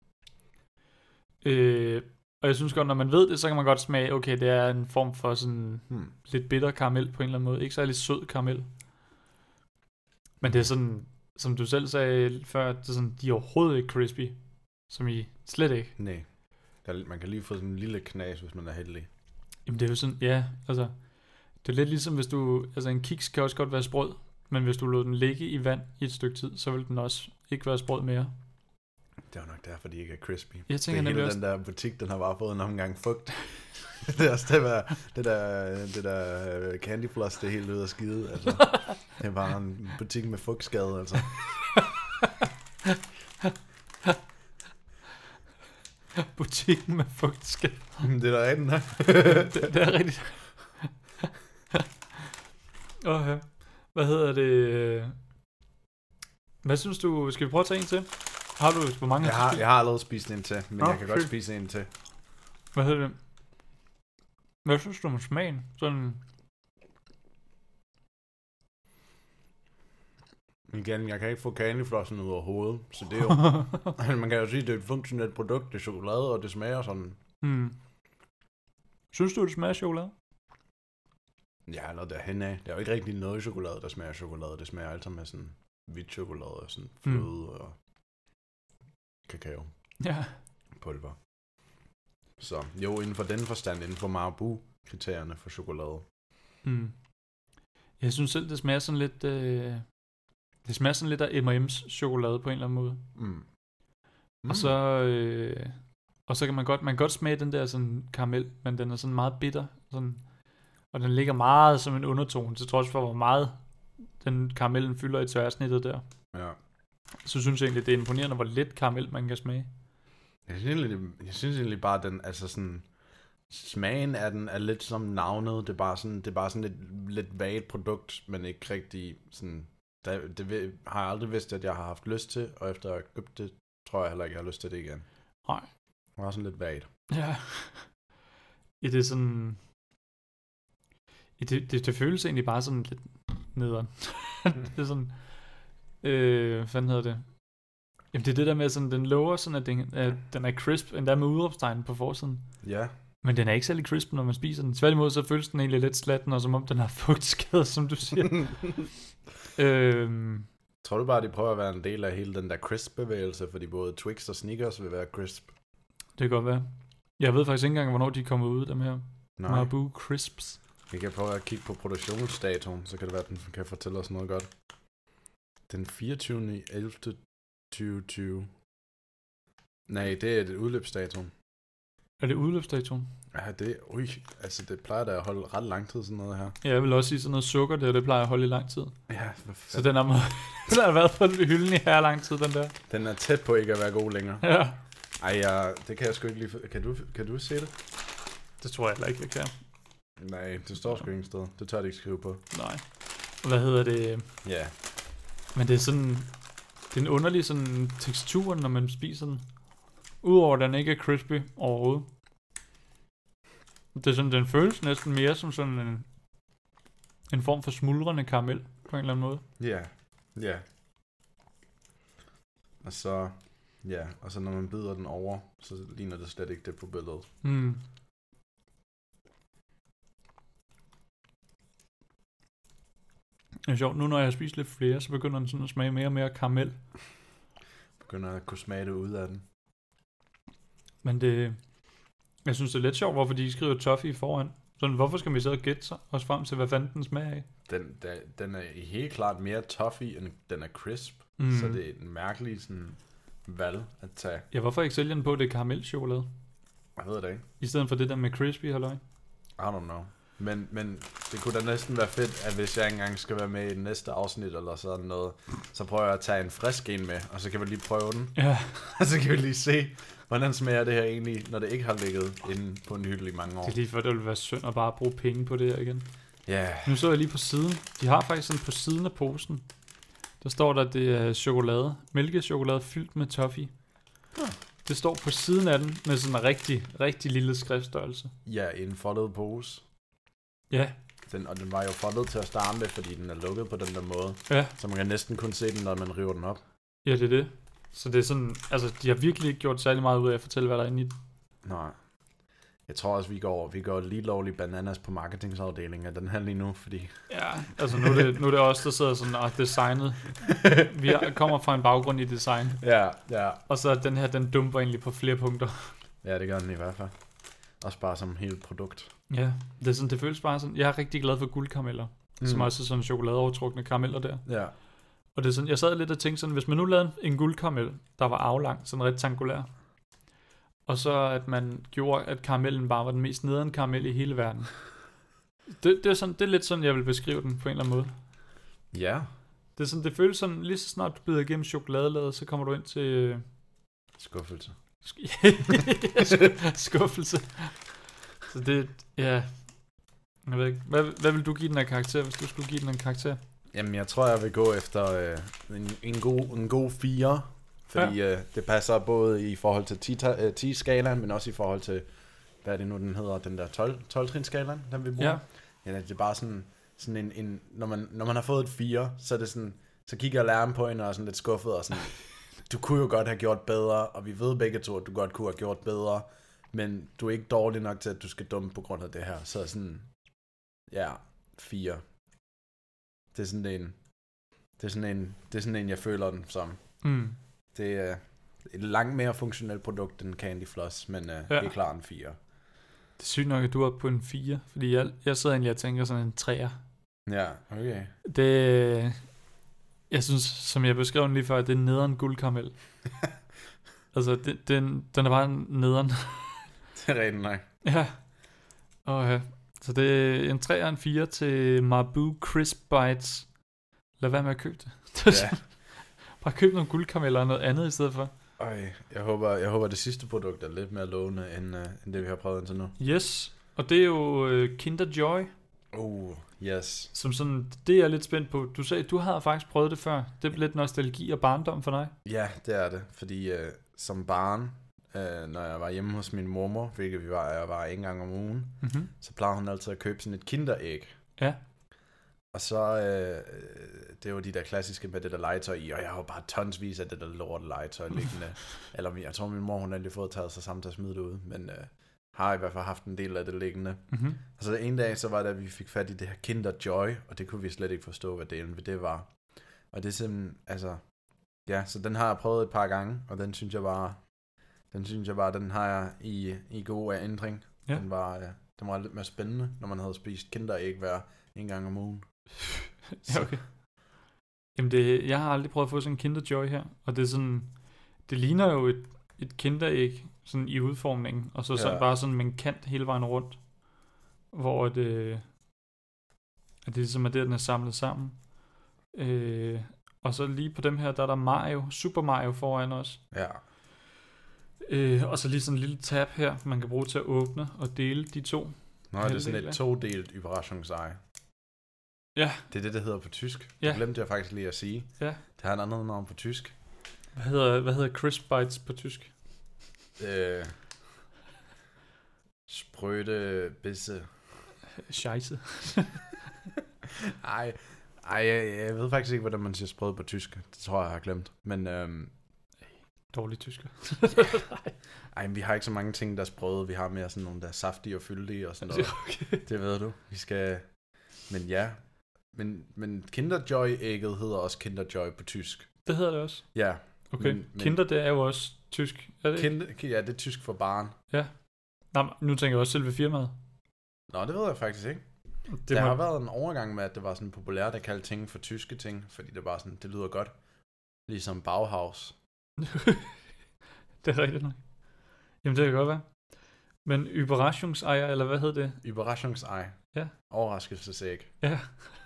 Og jeg synes godt, når man ved det, så kan man godt smage, okay, det er en form for sådan lidt bitter karamel på en eller anden måde. Ikke særlig sød karamel. Men det er sådan, som du selv sagde før, det er sådan, de er overhovedet ikke crispy. Som i slet ikke. Nej. Man kan lige få sådan en lille knas, hvis man er heldig. Jamen det er jo sådan, ja, altså, det er lidt ligesom hvis du, altså en kiks kan også godt være sprød, men hvis du lod den ligge i vand i et stykke tid, så vil den også ikke være sprød mere. Det var nok derfor, de ikke er crispy. Jeg tænker det hele også... den der butik, den har bare fået en omgang fugt. Det der candy floss, det er helt ude af skide. Altså. Det er bare en butik med fugtskade, altså. Butikken med fugtskade. Det er da rigtigt, det er rigtigt. Okay. Hvad hedder det? Hvad synes du, skal vi prøve at tage en til? Har du, hvor mange jeg har allerede spist en til, men jeg kan godt spise en til. Hvad hedder det? Hvad synes du om smagen? Sådan... Igen, jeg kan ikke få candyflossen ud af hovedet, så det er jo... man kan jo sige, at det er et funktionelt produkt, det er chokolade, og det smager sådan... Synes du, det smager chokolade? Ja, eller derhen af. Der er jo ikke rigtig noget chokolade, der smager chokolade. Det smager altid med sådan hvidt chokolade og sådan fløde og kakao. Ja. Pulver. Så jo, inden for den forstand, inden for Marabu-kriterierne for chokolade. Jeg synes selv, det smager sådan lidt... det smager sådan lidt af M&M's chokolade på en eller anden måde. Og så kan man godt smage den der sådan karamel, men den er sådan meget bitter. Sådan, og den ligger meget som en undertone, til trods for, hvor meget den karamellen fylder i tværsnittet der. Ja. Så synes jeg egentlig, det er imponerende, hvor lidt karamel man kan smage. Jeg synes egentlig bare, den, altså sådan, smagen af den er lidt som navnet. Det er bare sådan lidt vagt produkt, men ikke rigtig sådan, det har jeg aldrig vidst, at jeg har haft lyst til, og efter at jeg købt det, tror jeg heller ikke, jeg har lyst til det igen. Nej. Det var sådan lidt vagt. Ja. Det er sådan... Det føles egentlig bare sådan lidt nederen. Det er sådan... hvad fanden hedder det? Jamen det er det der med, sådan, den lover sådan, at den er crisp, endda med udråbstegn på forsiden. Ja. Men den er ikke særlig crisp, når man spiser den. Tværtimod, så føles den egentlig lidt slatten, og som om den har fugtskade, som du siger. Tror du bare, de prøver at være en del af hele den der crisp-bevægelse, fordi både Twix og Snickers vil være crisp? Det kan godt være. Jeg ved faktisk ikke engang, hvornår de kommer ud, dem her. Nej. Marabou Crisps. Vi kan prøve at kigge på produktionsdatoen, så kan det være, at den kan fortælle os noget godt. Den 24.11.2020. Nej, det er det udløbsdatoen. Er det udløbsdatoen? Ja, altså det plejer da at holde ret lang tid, sådan noget her. Ja, jeg vil også sige sådan noget sukker der, det plejer at holde i lang tid. Ja, så den har været på hylden i her lang tid, den der. Den er tæt på ikke at være god længere. Ja. Ej, det kan jeg sgu ikke lige... Kan du se det? Det tror jeg heller ikke, jeg kan. Nej, det står sgu ingen sted. Det tør de ikke skrive på. Nej. Hvad hedder det? Ja. Men det er sådan... Det er en underlig sådan tekstur, når man spiser den. Udover at den ikke er crispy overhovedet. Det er sådan, den føles næsten mere som sådan en form for smuldrende karamel, på en eller anden måde. Ja, ja. Og så når man bider den over, så ligner det slet ikke det på billedet. Mm. Det er sjovt, nu når jeg har spist lidt flere, så begynder den sådan at smage mere og mere karamel. Begynder at kunne smage det ud af den. Men jeg synes det er lidt sjovt, hvorfor de skriver toffee foran. Sådan, hvorfor skal vi så gætte sig os frem til, hvad fanden den smager af? Den er helt klart mere toffee, end den er crisp. Så det er en mærkelig sådan valg at tage. Ja, hvorfor ikke sælge den på, det er karamelchokolade? Jeg ved det ikke. I stedet for det der med crispy, halløj? I don't know. Men det kunne da næsten være fedt, at hvis jeg engang skal være med i det næste afsnit eller sådan noget, så prøver jeg at tage en frisk en med, og så kan vi lige prøve den. Ja. Og så kan vi lige se, hvordan smager det her egentlig, når det ikke har ligget inde på en hylde i mange år. Det er lige for, det vil være synd at bare bruge penge på det her igen. Ja. Yeah. Nu så jeg lige på siden. De har faktisk sådan på siden af posen. Der står der, at det er chokolade. Mælkechokolade fyldt med toffee. Det står på siden af den med sådan en rigtig lille skriftstørrelse. Ja, en foldet pose. Ja. Den var jo foldet til at starte med, fordi den er lukket på den der måde. Ja. Så man kan næsten kun se den, når man river den op. Ja, det er det. Så det er sådan, altså de har virkelig ikke gjort særlig meget ud af at fortælle, hvad der er inde i den. Nej. Jeg tror også, vi går lige lovligt bananas på marketingsafdelingen af den her lige nu, fordi... Ja, altså nu er det også der sidder sådan og designet. Vi kommer fra en baggrund i design. Ja. Og så den her, den dumper egentlig på flere punkter. Ja, det gør den i hvert fald. Også bare som helt produkt. Ja, det føles bare sådan. Jeg er rigtig glad for guldkarameller, som også er sådan chokoladeovertrukne karameller der. Ja. Og det er sådan, jeg sad lidt og tænkte sådan, hvis man nu lavede en guldkaramel, der var aflang, sådan rektangulær, og så at man gjorde, at karamellen bare var den mest nederen karamel i hele verden. Det er lidt sådan, jeg vil beskrive den på en eller anden måde. Ja. Det er sådan, det føles sådan, lige så snart du bider igennem chokoladelaget, så kommer du ind til... Skuffelse. Skuffelse. Så det, ja... Jeg ved ikke. Hvad vil du give den her karakter, hvis du skulle give den en karakter? Jamen, jeg tror, jeg vil gå efter en god 4. Fordi det passer både i forhold til 10-skalaen, men også i forhold til, hvad er det nu, den hedder, den der 12-trin-skalaen, den vi bruger. Ja, det er bare sådan en når man har fået et 4, så er det sådan, så kigger læreren på en og er sådan lidt skuffet og sådan, du kunne jo godt have gjort bedre, og vi ved begge to, at du godt kunne have gjort bedre, men du er ikke dårlig nok til, at du skal dumme på grund af det her. Så sådan, ja, 4. Det er sådan en, jeg føler den som. Mm. Det er et langt mere funktionelt produkt end Candy Floss, men det er klart en 4. Det er sygt nok, at du er på en 4, fordi jeg sidder egentlig og tænker sådan en 3'er. Ja, okay. Det, jeg synes, som jeg beskrev den lige før, det er nederen guldkaramel. Altså, den er bare nederen. Det er rigtig nok. Ja. Ja. Så det er en 3 og en 4 til Marabou Crisp Bites. Lad være med at købe det. Ja. Bare køb nogle guldkarameller og noget andet i stedet for. Jeg håber det sidste produkt er lidt mere lovende, end det vi har prøvet indtil nu. Yes. Og det er jo Kinder Joy. Yes. Som sådan, det er jeg lidt spændt på. Du sagde, du havde faktisk prøvet det før. Det er lidt nostalgi og barndom for dig. Ja, det er det. Fordi som barn, når jeg var hjemme hos min mormor, hvilket jeg var en gang om ugen, så plejede hun altid at købe sådan et kinderæg. Ja. Og så, det var de der klassiske med det der legetøj i, og jeg har jo bare tonsvis af det der lorte legetøj liggende. Eller jeg tror min mor, hun har lige fået taget sig sammen til at smide det ud, men har i hvert fald haft en del af det liggende. Og så en dag, så var det, at vi fik fat i det her Kinder Joy, og det kunne vi slet ikke forstå, hvad det var. Og det er simpelthen, altså, ja, så den har jeg prøvet et par gange, og den synes jeg bare, den har jeg i god ændring. Ja. Den var lidt mere spændende, når man havde spist kinderæg hver en gang om ugen. Ja, okay. Jamen jeg har aldrig prøvet at få sådan en Kinder Joy her, og det er sådan, det ligner jo et kinderæg sådan i udformningen, og så sådan bare sådan med en kant hele vejen rundt, hvor det ligesom er det, den er samlet sammen. Og så lige på dem her, der er der Mario, Super Mario foran os. Ja. Og så lige sådan en lille tab her, man kan bruge til at åbne og dele de to. Nå, det er sådan et todelt Überraschungsei. Ja. Det er det hedder på tysk. Ja. Det glemte jeg faktisk lige at sige. Ja. Det har en anden navn på tysk. Hvad hedder Crisp Bites på tysk? Sprøde bisse. Scheisse. Ej, jeg ved faktisk ikke, hvordan man siger sprøde på tysk. Det tror jeg har glemt. Men dårlig tysker. Ej, vi har ikke så mange ting, der er sprøde. Vi har mere sådan nogle, der er saftige og fyldige og sådan noget. Okay. Det ved du. Vi skal... Men ja. Men Kinder Joy-ægget hedder også Kinder Joy på tysk. Det hedder det også? Ja. Okay. Men Kinder, det er jo også tysk. Er det ja, det er tysk for barn. Ja. Nå, nu tænker jeg også selve firmaet. Nå, det ved jeg faktisk ikke. Der har været en overgang med, at det var sådan populært at kalde ting for tyske ting, fordi det var sådan, det lyder godt. Ligesom Bauhaus. Det er rigtigt nok. Jamen, det kan godt være. Men Überraschungsei, eller hvad hed det? Überraschungsei. Ja. Overraskelsesæg. Ja.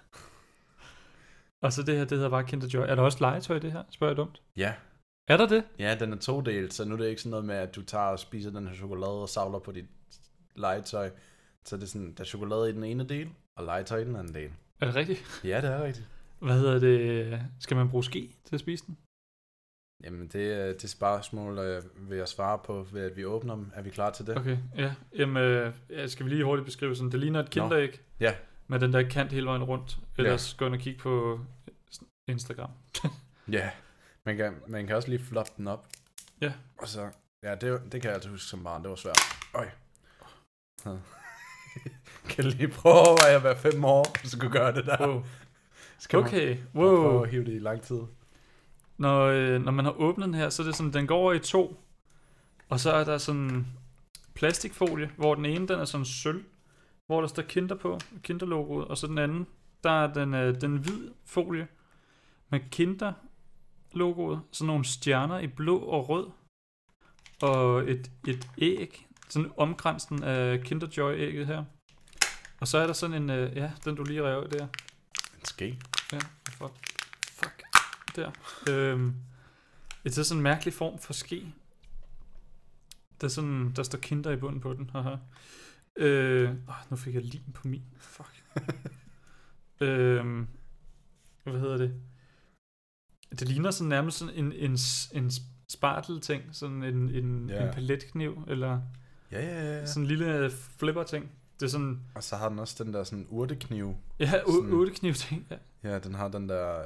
Og så det her, det hedder bare Kinder Joy. Er der også legetøj i det her? Spørger jeg dumt? Ja. Er der det? Ja, den er todelt, så nu er det ikke sådan noget med, at du tager og spiser den her chokolade og savler på dit legetøj. Så det er sådan, der er chokolade i den ene del, og legetøj i den anden del. Er det rigtigt? Ja, det er rigtigt. Hvad hedder det? Skal man bruge ske til at spise den? Jamen, det spørgsmål vil jeg svare på, ved at vi åbner dem. Er vi klar til det? Okay, ja. Jamen, skal vi lige hurtigt beskrive sådan. Det ligner et kinderæg. Ja. Med den der kant hele vejen rundt. Ellers gå ind og kigge på Instagram. Ja. Man kan også lige floppe den op. Ja. Og så, ja, det kan jeg altid huske som barn. Det var svært. Øj. Kan lige prøve at være 5 år, så kunne gøre det der. Wow. Okay, wow. Prøve at hive det i lang tid. Når man har åbnet den her, så er det sådan, den går over i 2. Og så er der sådan plastikfolie, hvor den ene, den er sådan sølv, hvor der står Kinder på, Kinder-logoet, og så den anden, der er den hvid folie med Kinder-logoet, sådan nogle stjerner i blå og rød, og et æg, sådan omkransen af Kinder Joy-ægget her. Og så er der sådan en, den du lige rev der. En ske? Ja, fuck. Der. Det er sådan en mærkelig form for ske. Der er sådan, der står Kinder i bunden på den. Haha. Nu fik jeg lim på min. Fuck. Hvad hedder det? Det ligner sådan nærmest sådan en spartel ting, sådan en paletkniv eller sådan en lille flipper ting. Det er sådan. Og så har den også den der sådan urtekniv. Ja, urtekniv ting. Ja. Ja, den har den der.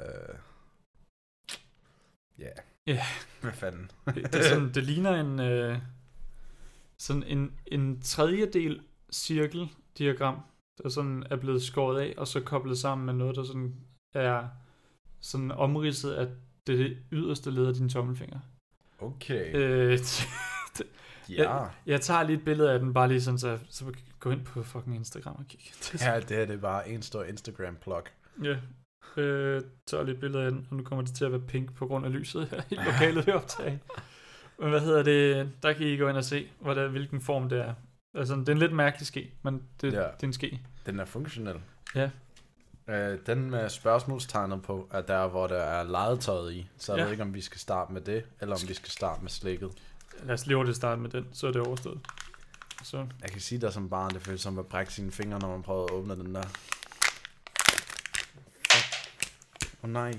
Ja. Hvad fanden? Det er sådan, det ligner sådan en tredjedel cirkeldiagram, der sådan er blevet skåret af og så koblet sammen med noget, der sådan er sådan omridset af det yderste led af dine tommelfinger. Okay. Ja. Jeg tager lige et billede af den, bare lige sådan, så Gå ind på fucking Instagram og kig. Ja, det er bare en stor Instagram-plug. Ja. Tager lige et billede af den, og nu kommer det til at være pink på grund af lyset her i lokalet vi optager. Men hvad hedder det? Der kan I gå ind og se, hvilken form det er. Altså, det er en lidt mærkelig ske, men det er en ske. Den er funktionel. Ja. Den med spørgsmålstegnet på, er der, hvor der er legetøjet i. Så jeg ved ikke, om vi skal starte med det, eller om vi skal starte med slikket. Lad os lige starte med den, så er det overstået. Så. Jeg kan sige der som barn, det føles som at brække sine fingre, når man prøver at åbne den der. Nej.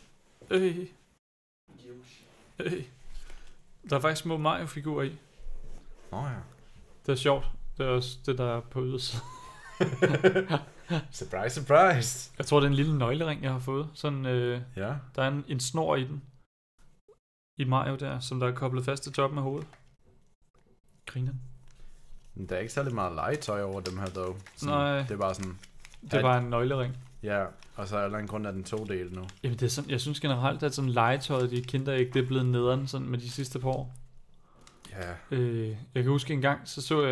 Der er faktisk små Mario-figurer i. Ja. Det er sjovt. Det er også det, der er på ydersiden. Surprise, surprise. Jeg tror, det er en lille nøglering, jeg har fået. Sådan, ja. Der er en snor i den. I Mario der, som der er koblet fast til toppen af hovedet. Griner. Der er ikke særlig meget legetøj over dem her, dog. Nej. Det er bare sådan... Det er bare en nøglering. Ja, og så er der en grund af den 2 del nu. Jamen, det er sådan, jeg synes generelt, at sådan legetøjet, de Kinderæg, det er blevet nederen sådan med de sidste par år. Ja. Jeg kan huske en gang,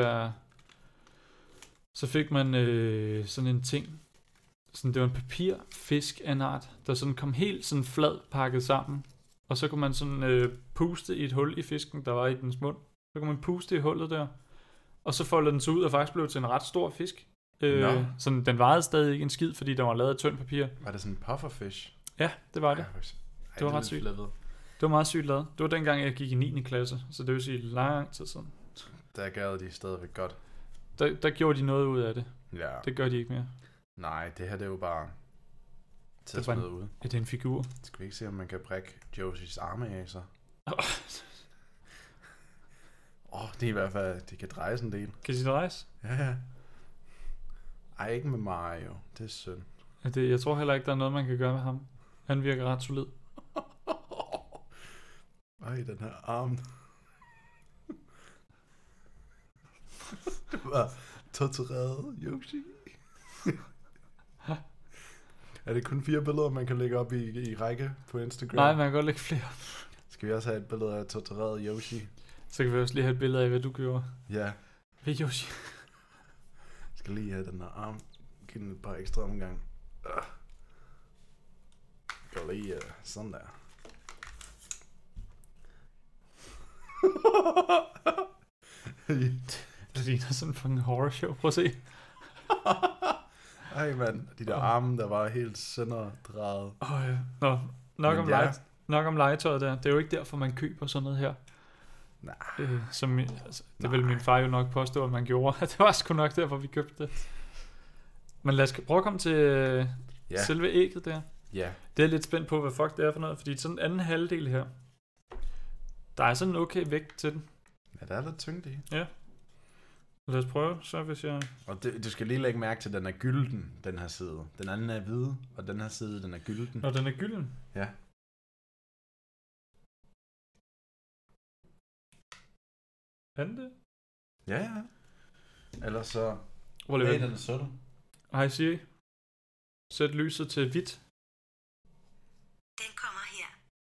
så fik man sådan en ting. Sådan, det var en papirfisk af en art, der sådan kom helt sådan flad pakket sammen. Og så kunne man sådan puste i et hul i fisken, der var i dens mund. Så kunne man puste i hullet der. Og så foldede den sig ud og faktisk blev til en ret stor fisk. Sådan, den vejede stadig ikke en skid, fordi der var lavet af tyndt papir. Var det sådan en pufferfish? Ja, det var det. Det var ret sygt. Det var meget sygt lavet. Det var dengang, jeg gik i 9. klasse, så det vil sige lang tid siden. Der gad de stadigvæk godt. Der gjorde de noget ud af det. Ja. Det gør de ikke mere. Nej, det her det er jo bare til at smide ud. Ja, det er en figur. Skal vi ikke se, om man kan brække Josies arme af sig? Det er i hvert fald, det kan drejes en del. Kan de drejes? Ja. Ej, ikke med Mario. Det er synd. Ja, jeg tror heller ikke, der er noget, man kan gøre med ham. Han virker ret solid. Ej, den her arm. Det var tortureret Yoshi. Er det kun 4 billeder, man kan lægge op i række på Instagram? Nej, man kan godt lægge flere. Skal vi også have et billede af tortureret Yoshi? Så kan vi også lige have et billede af, hvad du gjorde. Ja. Ved Yoshi. Jeg skal lige have den her arm. Giv den et par ekstra omgang. Gør lige sådan der. Det ligner sådan en fucking horror show. Prøv at se. Ej mand, de der arme, der var helt sønderdrejet. Ja. Nå, nok om legetøjet der. Det er jo ikke derfor, man køber sådan noget her. Nej. Det vil min far jo nok påstå, at man gjorde. Det var sgu nok derfor, vi købte det. Men lad os prøve at komme til selve ægget der. Ja. Det er lidt spændt på, hvad fuck det er for noget. Fordi sådan en anden halvdel her, der er sådan en okay vægt til den. Ja, der er lidt tyngde i. Ja. Lad os prøve, så hvis jeg... Og du skal lige lægge mærke til, at den er gylden, den her side. Den anden er hvide, og den her side, den er gylden. Nå, den er gylden? Ja. Er den det? Ja. Ellers så... Den er sort. Hej Siri. Sæt lyset til hvidt. Den kommer her.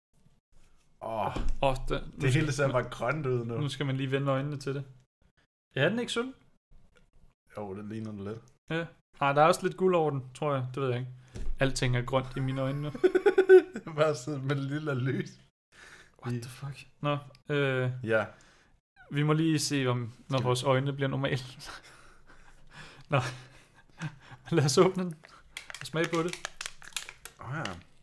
Det hele ser bare grønt ud nu. Nu skal man lige vende øjnene til det. Er den ikke sølv? Jo, det ligner det lidt. Ja. Der er også lidt guld over den, tror jeg. Det ved jeg ikke. Alting er grønt i mine øjne nu. Bare sidde med en lille lys. What the fuck? Nå, ja. Vi må lige se, når vores øjne bliver normale. Nå. Lad os åbne den. Og smage på det. Ja.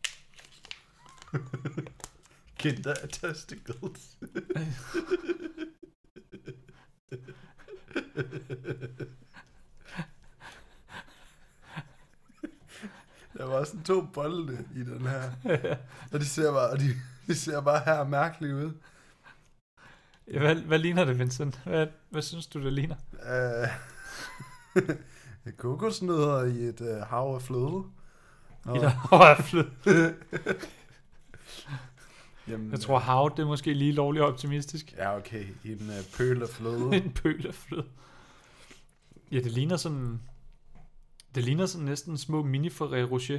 Kinder testicles. Der var sådan 2 bolde i den her. Og de ser bare her mærkeligt ud. Hvad ligner det, Vincent? Hvad synes du, det ligner? Kokosnødder i et hav af fløde. I et hav af fløde? Jamen, jeg tror, hav, det er måske lige lovligt optimistisk. Ja, okay. I en pøl af fløde. En pøl af fløde. Ja, det ligner sådan... Det ligner sådan næsten små mini Ferrero Rocher.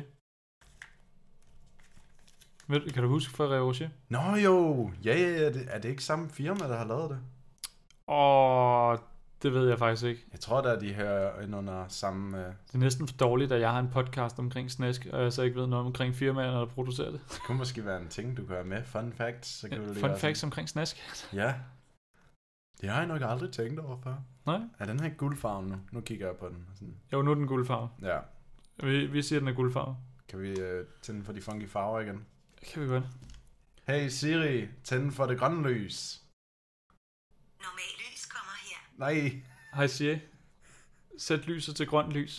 Kan du huske Ferrero Rocher? Nå jo. Ja. Er det ikke samme firma, der har lavet det? Det ved jeg faktisk ikke. Jeg tror da, de hører ind under samme... Det er næsten for dårligt, at jeg har en podcast omkring snask, og jeg så ikke ved noget omkring firmaerne, der producerer det. Det kunne måske være en ting, du kan have med. Fun facts. Så kan du lige Fun facts omkring snask? Ja. Det har jeg nok aldrig tænkt over før. Nej? Er den her guldfarven nu? Nu kigger jeg på den. Sådan. Jo, nu er den guldfarve. Ja. Vi siger, den er guldfarve. Kan vi tænde for de funky farver igen? Det kan vi godt. Hey Siri, tænd for det grønne lys. Normal lys kommer her. Nej. Hej Siri. Sæt lyset til grønt lys.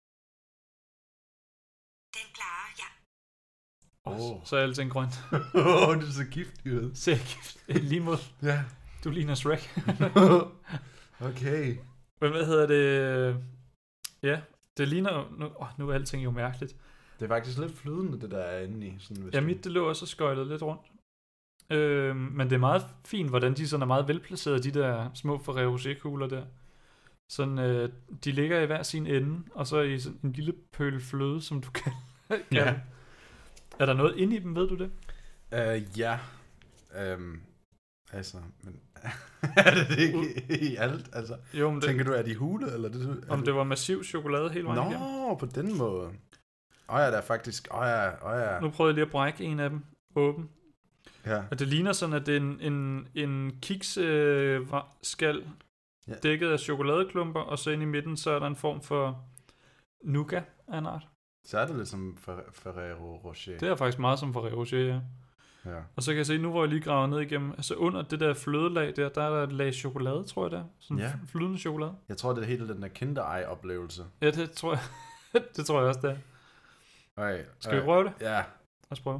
Den klarer jeg. Så er alting grønt. Det er så giftigt ud. Se gift. Lige mod. Ja. Du ligner Shrek. Okay. Men hvad hedder det? Ja, det ligner jo... Nu er alting jo mærkeligt. Det er faktisk lidt flydende, det der er inde i. Sådan, hvis Ja, mit det lå også skøjtet lidt rundt. Men det er meget fint, hvordan de sådan er meget velplaceret, de der små Ferrero Rocher-kugler der. Sådan, de ligger i hver sin ende, og så i sådan en lille pøl fløde, som du kan. Ja. Er der noget inde i dem, ved du det? Ja. Altså, men... er det ikke i alt? Altså, Jo, men tænker du, er de hule? Eller det, om det var massiv chokolade hele vejen igennem? Nå, på den måde. Ja, der er faktisk... ja. Nu prøver jeg lige at brække en af dem åben. Ja. Og det ligner sådan, at det er en kiks skal dækket af chokoladeklumper, og så inde i midten, så er der en form for nougat af en art. Så er det lidt som Ferrero Rocher. Det er faktisk meget som Ferrero Rocher, ja. Ja. Og så kan jeg se, nu hvor jeg lige graver ned igennem, altså under det der flødelag der er der et lag chokolade, tror jeg der. Sådan flydende chokolade. Jeg tror, det er hele den der Kinder-Eye-oplevelse. Ja, det tror jeg. Det tror jeg også, det er. Okay. Skal vi prøve det? Ja. Lad os prøve.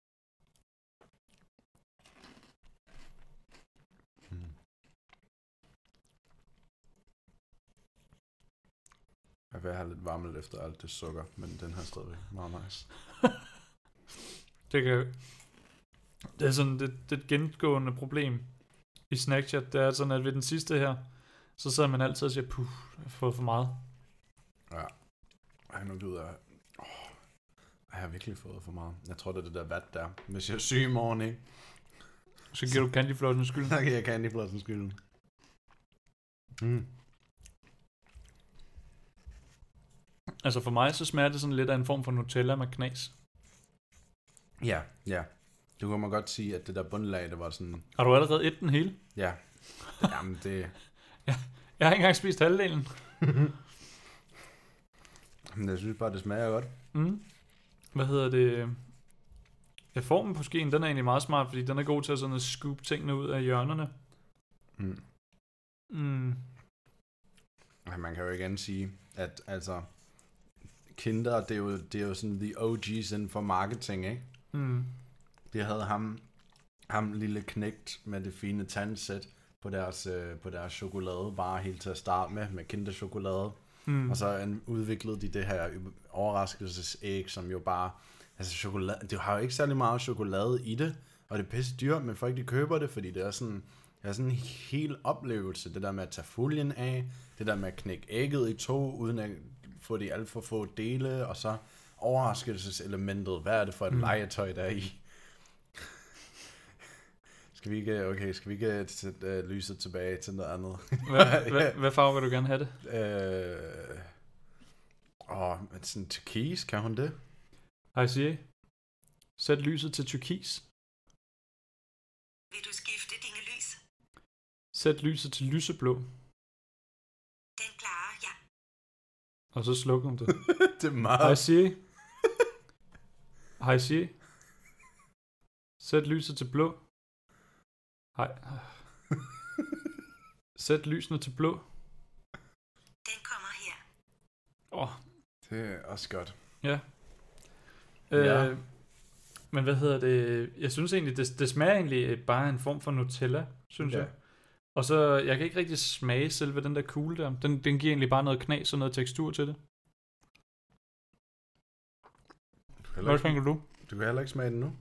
Jeg vil have lidt varmelt efter alt det sukker, men den her stadigvæk meget nice. Det er sådan det et gengående problem i Snackchat. Det er sådan, at ved den sidste her, så sidder man altid og siger, puh, jeg har fået for meget. Ja. Ej, nu gider jeg... Jeg har virkelig fået for meget. Jeg tror, det er det der vat der. Hvis jeg er syg i morgen, ikke? Så giver du candyflossen skylden. Så giver jeg candyflossen skylden. Altså for mig, så smager det sådan lidt af en form for Nutella med knas. Ja. Du kan man godt sige, at det der bundlag, det var sådan... Har du allerede et den hele? Ja. Jamen, det... Jeg har ikke engang spist halvdelen. Men jeg synes bare, det smager godt. Hvad hedder det? Ja, formen på skeen, den er egentlig meget smart, fordi den er god til at sådan at scoop tingene ud af hjørnerne. Man kan jo igen sige, at altså... Kinder, det er jo sådan the OG's inden for marketing, ikke? Det havde ham lille knægt med det fine tandsæt på deres chokolade, bare helt til at starte med kinderchokolade. Og så udviklede de det her overraskelsesæg, som jo bare, altså chokolade, det har jo ikke særlig meget chokolade i det, og det er pisse dyrt, men folk de køber det, fordi det er sådan en hel oplevelse, det der med at tage folien af, det der med at knække ægget i to, uden at få de alt for få dele, og så overraskelseselementet, hvad er det for et legetøj, der er i? Skal vi ikke sætte lyset tilbage til noget andet? Hvad farve vil du gerne have det? Sådan turkis, kan hun det? Hej Siri. Sæt lyset til turkis. Vil du skifte dine lys? Sæt lyset til lyseblå. Den klarer jeg. Og så slukker hun det. Det er meget... Hej Siri. Hej Siri. Sæt lyset til blå. Hej. Sæt lysene til blå. Den kommer her. Det er også godt. Ja. Ja. Men hvad hedder det? Jeg synes egentlig, det smager egentlig bare en form for Nutella, synes jeg. Og så, jeg kan ikke rigtig smage selve den der kugle der. Den giver egentlig bare noget knas og noget tekstur til det. Hvad tænker du? Du kan heller ikke smage den nu.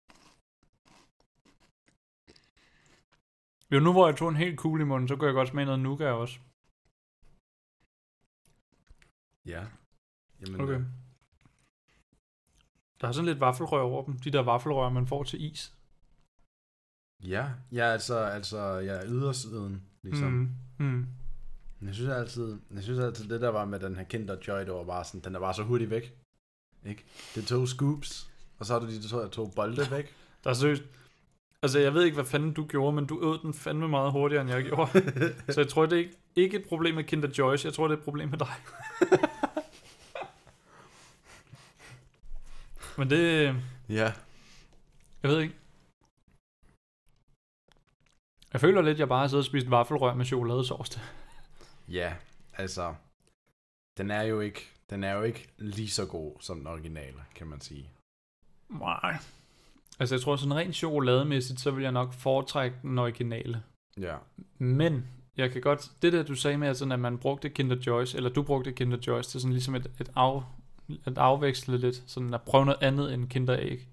Jo, nu hvor jeg tog en helt kugle i munden, så kunne jeg godt smage noget nougat også. Ja. Jamen, okay. Der er sådan lidt vaffelrør over dem. De der vaffelrør, man får til is. Ja, altså ydersiden, ligesom. Jeg synes altid det der var med den her Kinder Joy, det var bare sådan, den er bare så hurtigt væk. Ikke? Det er 2 scoops, og så er det de to bolde væk. Der er seriøst. Altså, jeg ved ikke, hvad fanden du gjorde, men du åd den fandme meget hurtigere, end jeg gjorde. Så jeg tror, det er ikke et problem med Kinder Joys. Jeg tror, det er et problem med dig. Men det... Ja. Jeg ved ikke. Jeg føler lidt, at jeg bare har siddet og spist vaffelrør med chokoladesauce til. Ja, altså... Den er jo ikke lige så god som den originale, kan man sige. Nej. Altså, jeg tror sådan rent chokolademæssigt, så vil jeg nok foretrække den originale. Ja. Men jeg kan godt... Det der, du sagde med, at man brugte Kinder Joys, eller du brugte Kinder Joys, til sådan ligesom at afveksle lidt, sådan at prøve noget andet end Kinder Egg.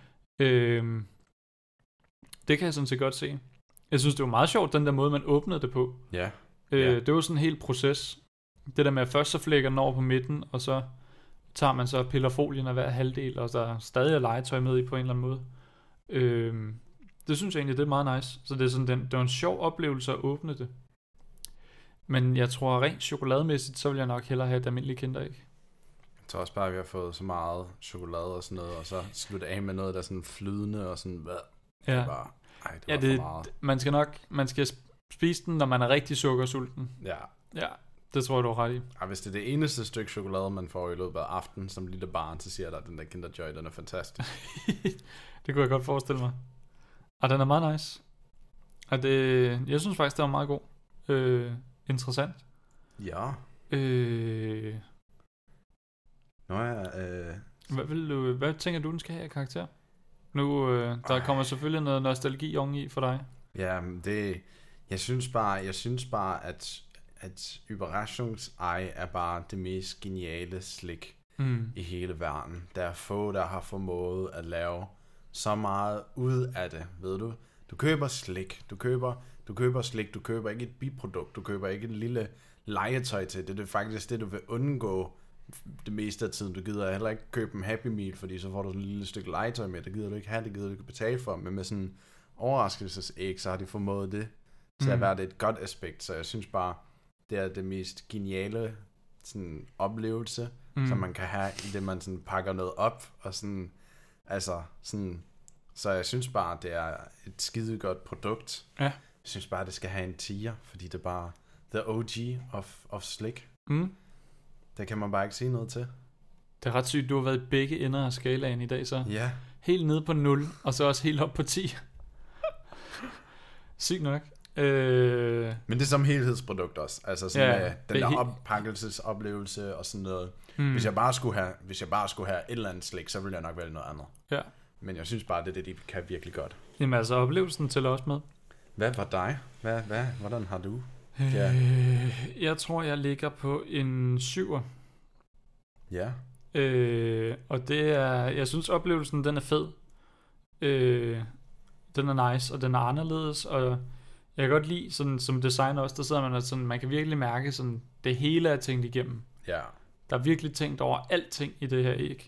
Det kan jeg sådan set godt se. Jeg synes, det var meget sjovt, den der måde, man åbnede det på. Ja. Det var sådan en hel proces. Det der med, at først så flækker den over på midten, og så tager man så og piller folien af hver halvdel, og der er stadig legetøj med i på en eller anden måde. Det synes jeg egentlig, det er meget nice. Så det er sådan, det var en sjov oplevelse at åbne det. Men jeg tror, rent chokolademæssigt, så vil jeg nok hellere have et almindeligt Kinder Egg. Jeg tror også bare, at vi har fået så meget chokolade og sådan noget, og så slutte af med noget, der er sådan flydende og sådan... Ja. Det var for meget. Man skal spise den, når man er rigtig sukkersulten. Ja. Ja, det tror jeg, du har ret i. Og hvis det er det eneste stykke chokolade, man får i løbet af aftenen som lille barn, så siger der, at den der Kinder Joy, den er fantastisk. Det kunne jeg godt forestille mig. Og den er meget nice. Og jeg synes faktisk, det var meget god. Interessant. Ja. Hvad tænker du, den skal have af karakter? Nu, der kommer selvfølgelig noget nostalgi oveni for dig. Ja, jeg synes bare, at Überraschungsei er bare det mest geniale slik i hele verden. Der er få, der har formået at lave så meget ud af det, ved du. Du køber slik, du køber slik, du køber ikke et biprodukt, du køber ikke et lille legetøj til. Det er faktisk det, du vil undgå det meste af tiden. Du gider heller ikke købe en Happy Meal, fordi så får du sådan et lille stykke legetøj med. Det gider du ikke have, det gider du ikke betale for. Men med sådan overraskelsesæg, så har de formået det til at være det et godt aspekt. Så jeg synes bare, det er det mest geniale sådan oplevelse, som man kan have, i det man sådan pakker noget op, og sådan, altså sådan, så jeg synes bare, det er et skide godt produkt. Ja. Jeg synes bare, det skal have en 10'er, fordi det er bare the OG of slik. Det kan man bare ikke sige noget til. Det er ret sygt, du har været i begge ender af skalaen i dag, så. Ja. Helt nede på 0, og så også helt op på 10. Sygt nok. Men det er som helhedsprodukt også. Altså sådan den der oppakkelsesoplevelse og sådan noget. Hvis jeg bare skulle have et eller andet slik, så ville jeg nok vælge noget andet. Ja. Men jeg synes bare, det er det, de kan virkelig godt. Jamen altså, oplevelsen tæller også med. Hvad var dig? Hvordan har du? Jeg tror, jeg ligger på en 7'er. Ja. Og det er, jeg synes oplevelsen, den er fed. Den er nice, og den er anderledes, og jeg kan godt lide, sådan, som designer også, der sidder man og sådan, man kan virkelig mærke, sådan, det hele er tænkt igennem. Ja. Der er virkelig tænkt over alting i det her æg.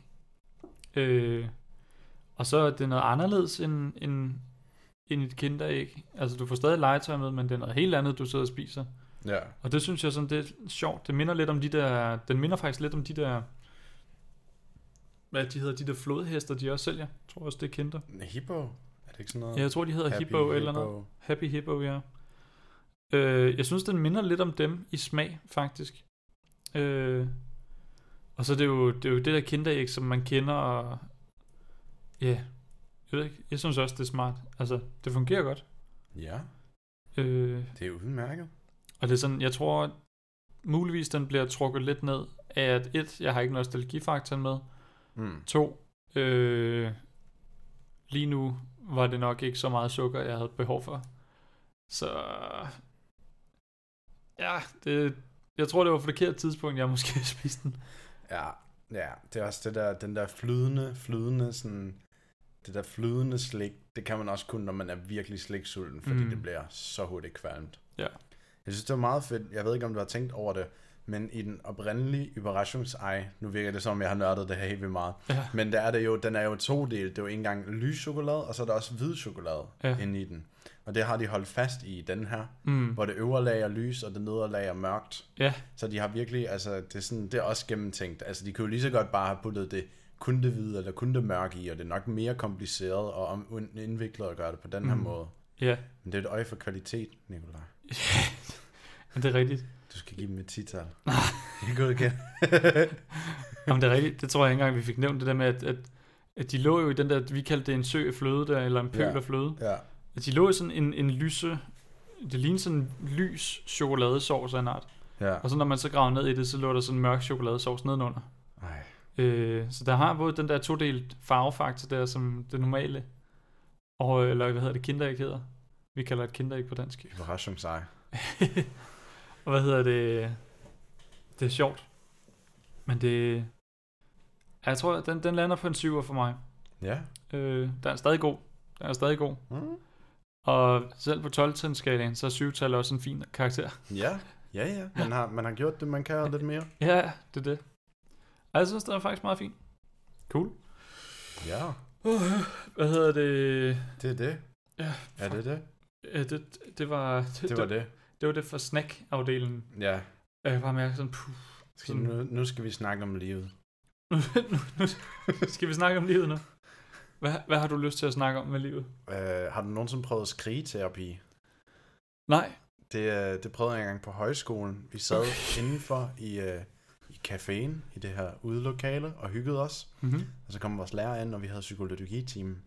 Og så er det noget anderledes end et kinderæg. Altså, du får stadig legetøj med, men det er noget helt andet, du sidder og spiser. Ja. Og det synes jeg sådan, det er sjovt. Det minder lidt om den minder faktisk lidt om de der, hvad de hedder, de der flodhester, de også sælger. Jeg tror også, det er Kinder. Hippo? Er det ikke sådan noget? Ja, jeg tror, de hedder Hippo eller noget. Happy Hippo, ja. Jeg synes, den minder lidt om dem i smag, faktisk. Og så det er jo det der kinderæg, som man kender, og ja, jeg ved ikke, jeg synes også, det er smart. Altså, det fungerer godt. Ja. Det er udmærket. Og det er sådan, jeg tror, muligvis den bliver trukket lidt ned af, at 1, jeg har ikke nostalgifaktoren med. 2, lige nu var det nok ikke så meget sukker, jeg havde behov for. Så ja, jeg tror, det var forkert tidspunkt, jeg måske spiste den. Ja, det er også det der, den der flydende sådan, det der flydende slik, det kan man også kun, når man er virkelig sliksulten, fordi det bliver så hurtigt kvalmt. Ja. Jeg synes, det var meget fedt. Jeg ved ikke, om du har tænkt over det, Men i den oprindelige operationsej, nu virker det som, jeg har nørdet det her helt vildt meget, Ja. men den er jo todelt. Det er jo ikke engang lys chokolade, og så er der også hvid chokolade inde i den. Og det har de holdt fast i den her, hvor det øvre lag er lys, og det nedre lag er mørkt. Ja. Så de har virkelig, altså det er også gennemtænkt. Altså de kunne jo lige så godt bare have puttet det kun det hvide eller kun det mørke i, og det er nok mere kompliceret og indviklet at gøre det på den her måde. Ja. Men det er et øje for kvalitet, Nikolaj. Men det er rigtigt. Du skal give dem et 10-tal. Jeg går igen. Jamen det er rigtigt. Det tror jeg ikke engang, vi fik nævnt det der med, at de lå jo i den der, vi kaldte det en sø af fløde der, eller en pøl af fløde. Ja. At de lå i sådan en lyse, det lignede sådan en lys chokoladesauce af en art. Ja. Og så når man så graver ned i det, så lå der sådan en mørk chokoladesauce nedenunder. Så der har både den der todelt farvefaktor der, som det normale, og, eller hvad hedder det, kinderæg hedder. Vi kalder det kinderæg på dansk. Überraschungsei. Og hvad hedder det? Det er sjovt. Men det... Jeg tror, den lander på en 7'er for mig. Ja. Den er stadig god. Den er stadig god. Og selv på 12-skalaen, så er 7-tal også en fin karakter. Ja. Man har gjort det, man kan lidt mere. Ja, det er det. Jeg synes, det er faktisk meget fint. Cool. Ja. Hvad hedder det? Det er det. Ja. Er det det? Det var det. Det var det for snack-afdelingen. Ja. Jeg var mærke sådan... Nu skal vi snakke om livet. nu skal vi snakke om livet nu. Hvad har du lyst til at snakke om med livet? Har du nogensinde prøvet skrigeterapi? Nej. Det prøvede jeg engang på højskolen. Vi sad indenfor i caféen, i det her udelokale, og hyggede os. Og så kom vores lærer ind, og vi havde psykologiteam.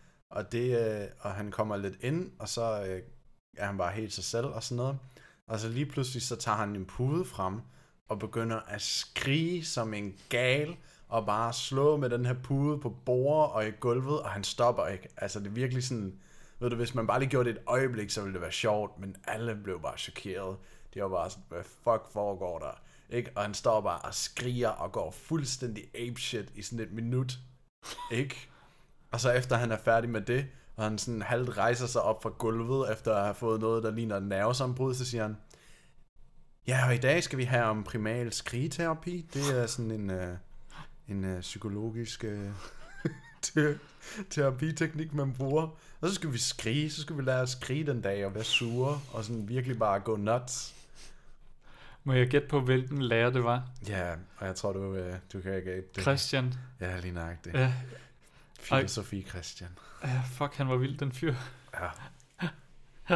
Og han kommer lidt ind, og så er han bare helt sig selv og sådan noget. Og så lige pludselig, så tager han en pude frem, og begynder at skrige som en gal, og bare slå med den her pude på bordet og i gulvet, og han stopper ikke. Altså det er virkelig sådan, ved du, hvis man bare lige gjorde det et øjeblik, så ville det være sjovt, men alle blev bare chokeret. Det var bare sådan, hvad fuck foregår der? Ikke? Og han står bare og skriger og går fuldstændig apeshit i sådan et minut. Ikke? Og så efter han er færdig med det, og han sådan halvt rejser sig op fra gulvet, efter at have fået noget, der ligner nervesambrud, så siger han, ja, og i dag skal vi have om primal skrigeterapi. Det er sådan en psykologisk terapiteknik, man bruger. Og så skal vi skrige, så skal vi lære at skrige den dag og være sure, og sådan virkelig bare gå nuts. Må jeg gætte på, hvilken lærer det var? Ja, og jeg tror, du kan ikke gætte det. Christian. Ja, lige nøjagtigt. Ja. Filosofi Christian. Ja, fuck, han var vild, den fyr. Ja.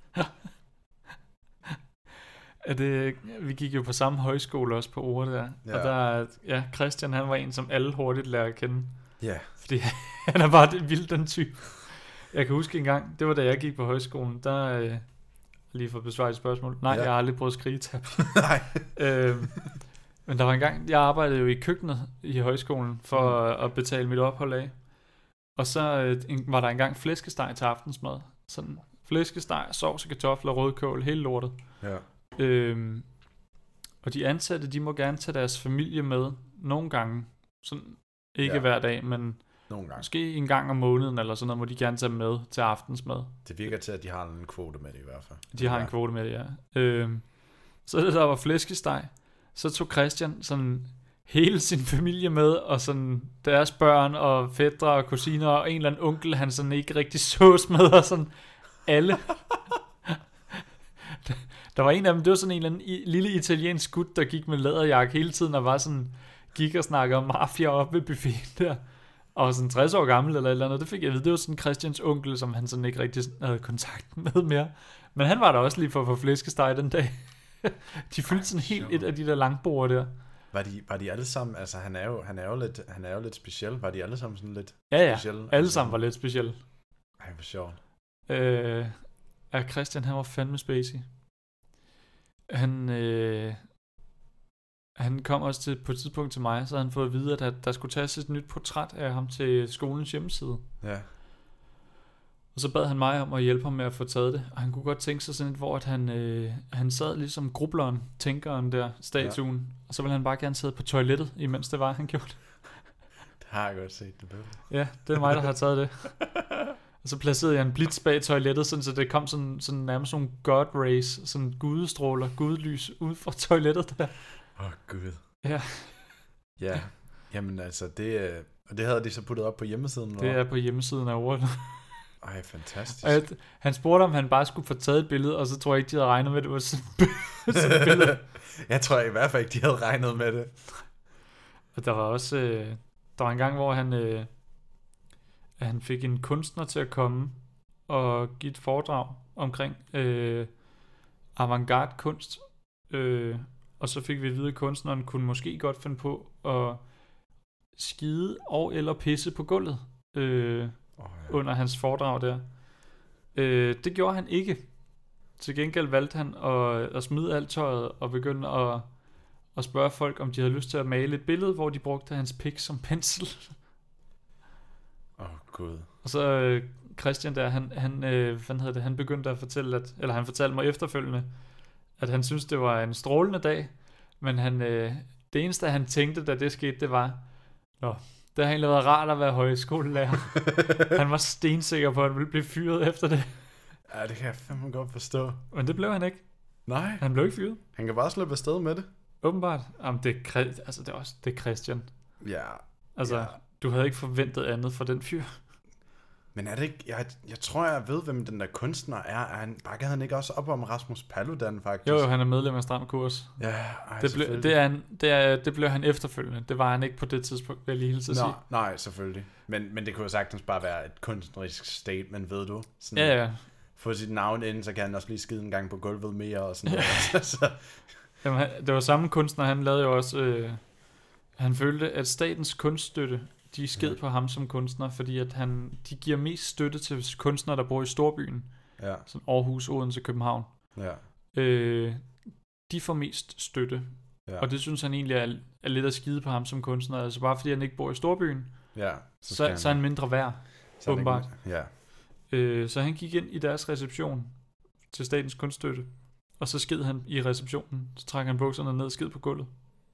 Vi gik jo på samme højskole også på Ore der. Ja. Og Christian, han var en, som alle hurtigt lærer at kende. Ja. Fordi han er bare vild, den type. Jeg kan huske en gang, det var da jeg gik på højskolen, der... lige for at besvare et spørgsmål. Nej, jeg har aldrig prøvet skrigeterapi. Nej. Men der var en gang, jeg arbejdede jo i køkkenet i højskolen, for at betale mit ophold af. Og så var der engang flæskesteg til aftensmad. Sådan flæskesteg, sovs og kartofler, rødkål, hele lortet. Ja. Og de ansatte, de må gerne tage deres familie med nogle gange. Sådan, ikke hver dag, men nogle gange. Måske en gang om måneden eller sådan noget, må de gerne tage med til aftensmad. Det virker til, at de har en kvote med det i hvert fald. De har en kvote med det, ja. Så da der var flæskesteg, så tog Christian sådan hele sin familie med, og sådan deres børn og fætre og kusiner og en eller anden onkel, han sådan ikke rigtig sås med, og sådan alle. Der var en af dem, det var sådan en eller anden lille italiensk gut, der gik med læderjakke hele tiden, og var sådan, gik og snakkede om mafia oppe ved buffeten der. Og sådan 60 år gammel eller et eller andet, det fik jeg at vide, det var sådan Christians onkel, som han sådan ikke rigtig havde kontakt med mere. Men han var der også lige for at få flæskesteg den dag. De fyldte sådan helt et af de der langbord der. Var de alle sammen, altså han er jo lidt speciel, var de alle sammen sådan lidt specielle? Ja, alle sammen var lidt specielle. Ej, hvor sjovt. Christian, han var fandme spacey. Han kom også på et tidspunkt til mig, så havde han fået at vide, at der skulle tages et nyt portræt af ham til skolens hjemmeside. Ja. Og så bad han mig om at hjælpe ham med at få taget det. Og han kunne godt tænke sig sådan et, hvor at han sad ligesom grubleren, tænkeren der, statuen. Ja. Og så ville han bare gerne sidde på toilettet, imens det var, han gjorde det. Det har jeg godt set, det. Ja, det er mig, der har taget det. Og så placerede jeg en blitz bag toilettet, sådan, så det kom sådan nærmest sådan god rays, sådan gudestråler, gudlys ud fra toilettet der. Gud. Ja. Ja, jamen altså, det havde de så puttet op på hjemmesiden? Det er på hjemmesiden af ordet. Ej, fantastisk. Han spurgte, om han bare skulle få taget et billede, og så tror jeg ikke, de havde regnet med, at det var sådan et billede. Jeg tror i hvert fald ikke, de havde regnet med det. Og der var også, der var en gang, hvor han fik en kunstner til at komme og give et foredrag omkring avantgarde kunst. Og så fik vi at vide, at kunstneren kunne måske godt finde på at skide og eller pisse på gulvet under hans foredrag der. Det gjorde han ikke. Til gengæld valgte han at smide alt tøjet og begynde at spørge folk, om de havde lyst til at male et billede, hvor de brugte hans pik som pensel. Gud. Og så Christian der, han begyndte at fortælle, han fortalte mig efterfølgende, at han synes det var en strålende dag, men det eneste han tænkte, da det skete, det var, det har egentlig været rart at være højskolelærer. Han var stensikker på, at han ville blive fyret efter det. Ja, det kan jeg fandme godt forstå. Men det blev han ikke. Nej. Han blev ikke fyret. Han kan bare slippe afsted med det. Åbenbart. Jamen, det er Christian. Ja. Altså, du havde ikke forventet andet for den fyr. Men er det ikke... Jeg tror, jeg ved, hvem den der kunstner er. Bakkede han ikke også op om Rasmus Paludan, faktisk? Jo, han er medlem af Stram Kurs. Ja, det blev han efterfølgende. Det var han ikke på det tidspunkt, vil jeg lige hilse at sige. Nej, selvfølgelig. Men det kunne jo sagtens bare være et kunstnerisk statement, ved du? Sådan, ja. Få sit navn ind, så kan han også lige skide en gang på gulvet mere og sådan noget. Så. Jamen, det var samme kunstner, han lavede jo også... han følte, at statens kunststøtte, de sked på ham som kunstner, fordi at de giver mest støtte til kunstnere, der bor i storbyen. Ja. Sådan Aarhus, Odense, København. Ja. De får mest støtte. Ja. Og det synes han egentlig er lidt at skide på ham som kunstner. Altså bare fordi han ikke bor i storbyen, så er han mindre værd, åbenbart. Ja. Så han gik ind i deres reception til statens kunststøtte, og så sked han i receptionen. Så trak han bukserne ned og sked på gulvet.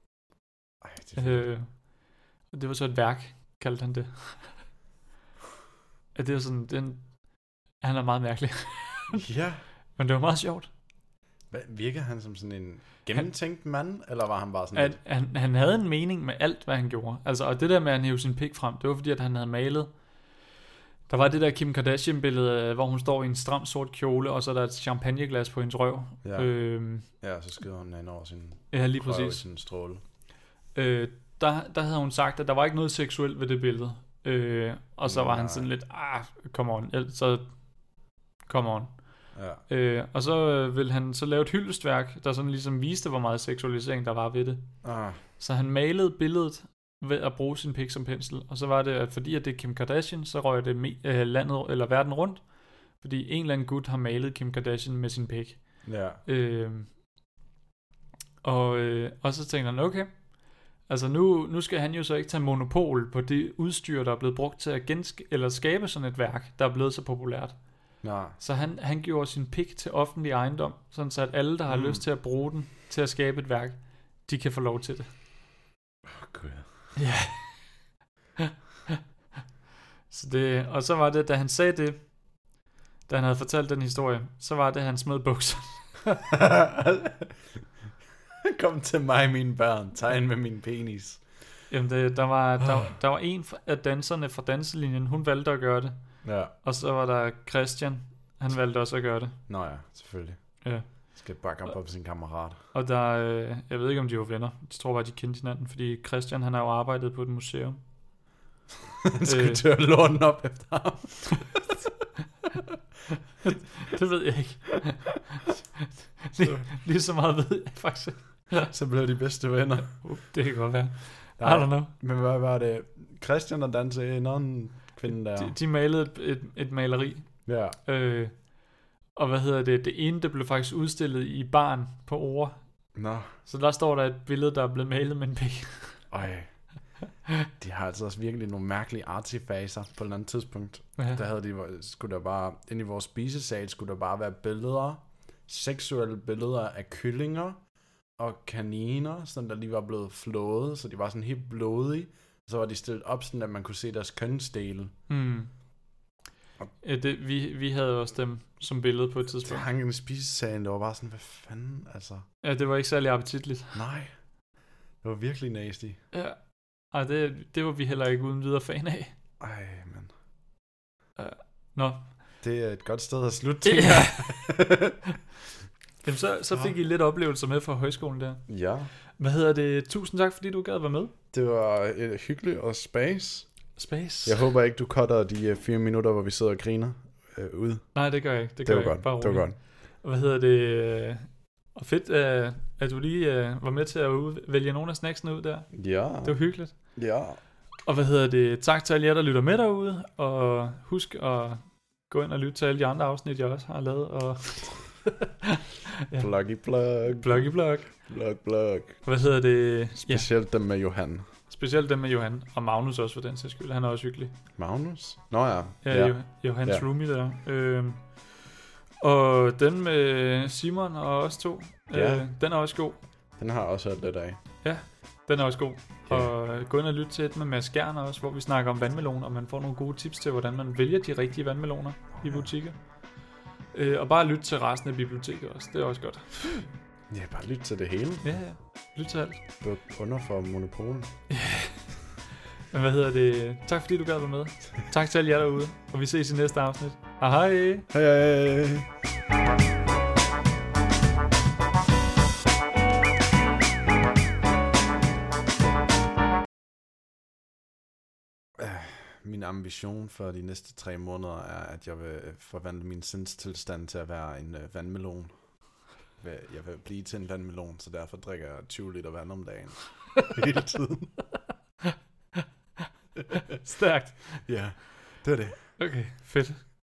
Det var så et værk, kaldte han det. Det er sådan, han er meget mærkelig. Ja. Men det var meget sjovt. Virker han som sådan en gennemtænkt mand, eller var han bare sådan han havde en mening med alt, hvad han gjorde. Altså, og det der med at hæve sin pik frem, det var fordi, at han havde malet. Der var det der Kim Kardashian-billede, hvor hun står i en stram sort kjole, og så er der et champagneglas på hendes røv. Ja, så skriver hun ind over sin lige præcis. Sin stråle. Der havde hun sagt, at der var ikke noget seksuelt ved det billede. Og så var han sådan lidt, come on. Så, come on. Ja. Og så ville han så lave et hyldestværk, der sådan ligesom viste, hvor meget seksualisering der var ved det. Så han malede billedet ved at bruge sin pik som pensel. Og så var det, at fordi at det er Kim Kardashian, så røg det landet eller verden rundt. Fordi en eller anden gut har malet Kim Kardashian med sin pik. Ja. Og så tænkte han, okay, altså nu skal han jo så ikke tage monopol på det udstyr, der er blevet brugt til at skabe sådan et værk, der er blevet så populært. Nej. Så han gjorde sin pik til offentlig ejendom, sådan så at alle, der har lyst til at bruge den til at skabe et værk, de kan få lov til det. Gud. Ja. Og så var det, da han sagde det, da han havde fortalt den historie, så var det, han smed bukser. Kom til mig, mine børn. Tegn med min penis. Jamen, der var en af danserne fra danselinjen, hun valgte at gøre det. Ja. Og så var der Christian, han valgte også at gøre det. Nå ja, selvfølgelig. Ja. Skal bakke op på sin kammerat. Og jeg ved ikke, om de var venner. Jeg tror bare, de kendte hinanden, fordi Christian, han har jo arbejdet på et museum. Han skulle til at låne op efter ham. Det ved jeg ikke. Lige så meget ved jeg faktisk. Så blev de bedste venner. Det kan godt være. I don't know. Men hvad var det? Christian og danse en anden kvinde der? De malede et maleri. Ja. Og hvad hedder det? Det ene, det blev faktisk udstillet i baren på Ore. Nå. Så der står der et billede, der er blevet malet med en pik. Øj. De har altså også virkelig nogle mærkelige artifacer på et eller andet tidspunkt. Ja. Der skulle der bare, inde i vores spisesal, skulle der bare være billeder, seksuelle billeder af kyllinger og kaniner, sådan der lige var blevet flået, så de var sådan helt blodige. Så var de stillet op, sådan at man kunne se deres kønsdele. Vi havde også dem som billede på et Det tidspunkt. hang i en spisesalen, det var bare sådan, hvad fanden, altså. Ja, det var ikke særlig appetitligt. Nej, det var virkelig nasty. Ja. Ej, det var vi heller ikke uden videre fan af. Ej, men. Nå. Det er et godt sted at slutte det Ja. her. Jamen, så fik I lidt oplevelser med fra højskolen der. Ja, Hvad hedder det? Tusind tak, fordi du gad være med. det var hyggeligt og space. Space. Jeg håber ikke, du cutter de 4 minutter, hvor vi sidder og griner ud. Nej, det gør jeg ikke. Det gør var jeg godt, ikke. Bare det var rolig. godt. Hvad hedder det? Og fedt, at du lige var med til at vælge nogle af snacksene ud der. Ja, Det var hyggeligt. ja. Og hvad hedder det? Tak til alle jer, der lytter med derude. Og husk at gå ind og lytte til alle de andre afsnit, jeg også har lavet. Og ja. Plug. Blog. Plug. Hvad hedder det? Specielt dem med Johan. Specielt dem med Johan. Og Magnus også for den sags skyld. Han er også hyggelig. Magnus? Nå ja. Ja. Johans Ja. roomie der. Og den med Simon og os to. Ja. Den er også god. Den har jeg også hørt lidt af. Den er også god. Ja. Og gå ind og lytte til et med Mads Gjern også, hvor vi snakker om vandmeloner, og man får nogle gode tips til, hvordan man vælger de rigtige vandmeloner i butikker. Og bare lyt til resten af biblioteket også. Det er også godt. Ja, bare lyt til det hele. Ja. Lyt til alt. Buk under for Monopol. Men hvad hedder det? Tak fordi du gad være med. Tak til alle jer derude. Og vi ses i næste afsnit. Hej. Hej. Min ambition for de næste 3 måneder er, at jeg vil forvandle min sindstilstand til at være en vandmelon. Jeg vil blive til en vandmelon, så derfor drikker jeg 20 liter vand om dagen. Hele tiden. Stærkt. Ja, det er det. Okay, fedt.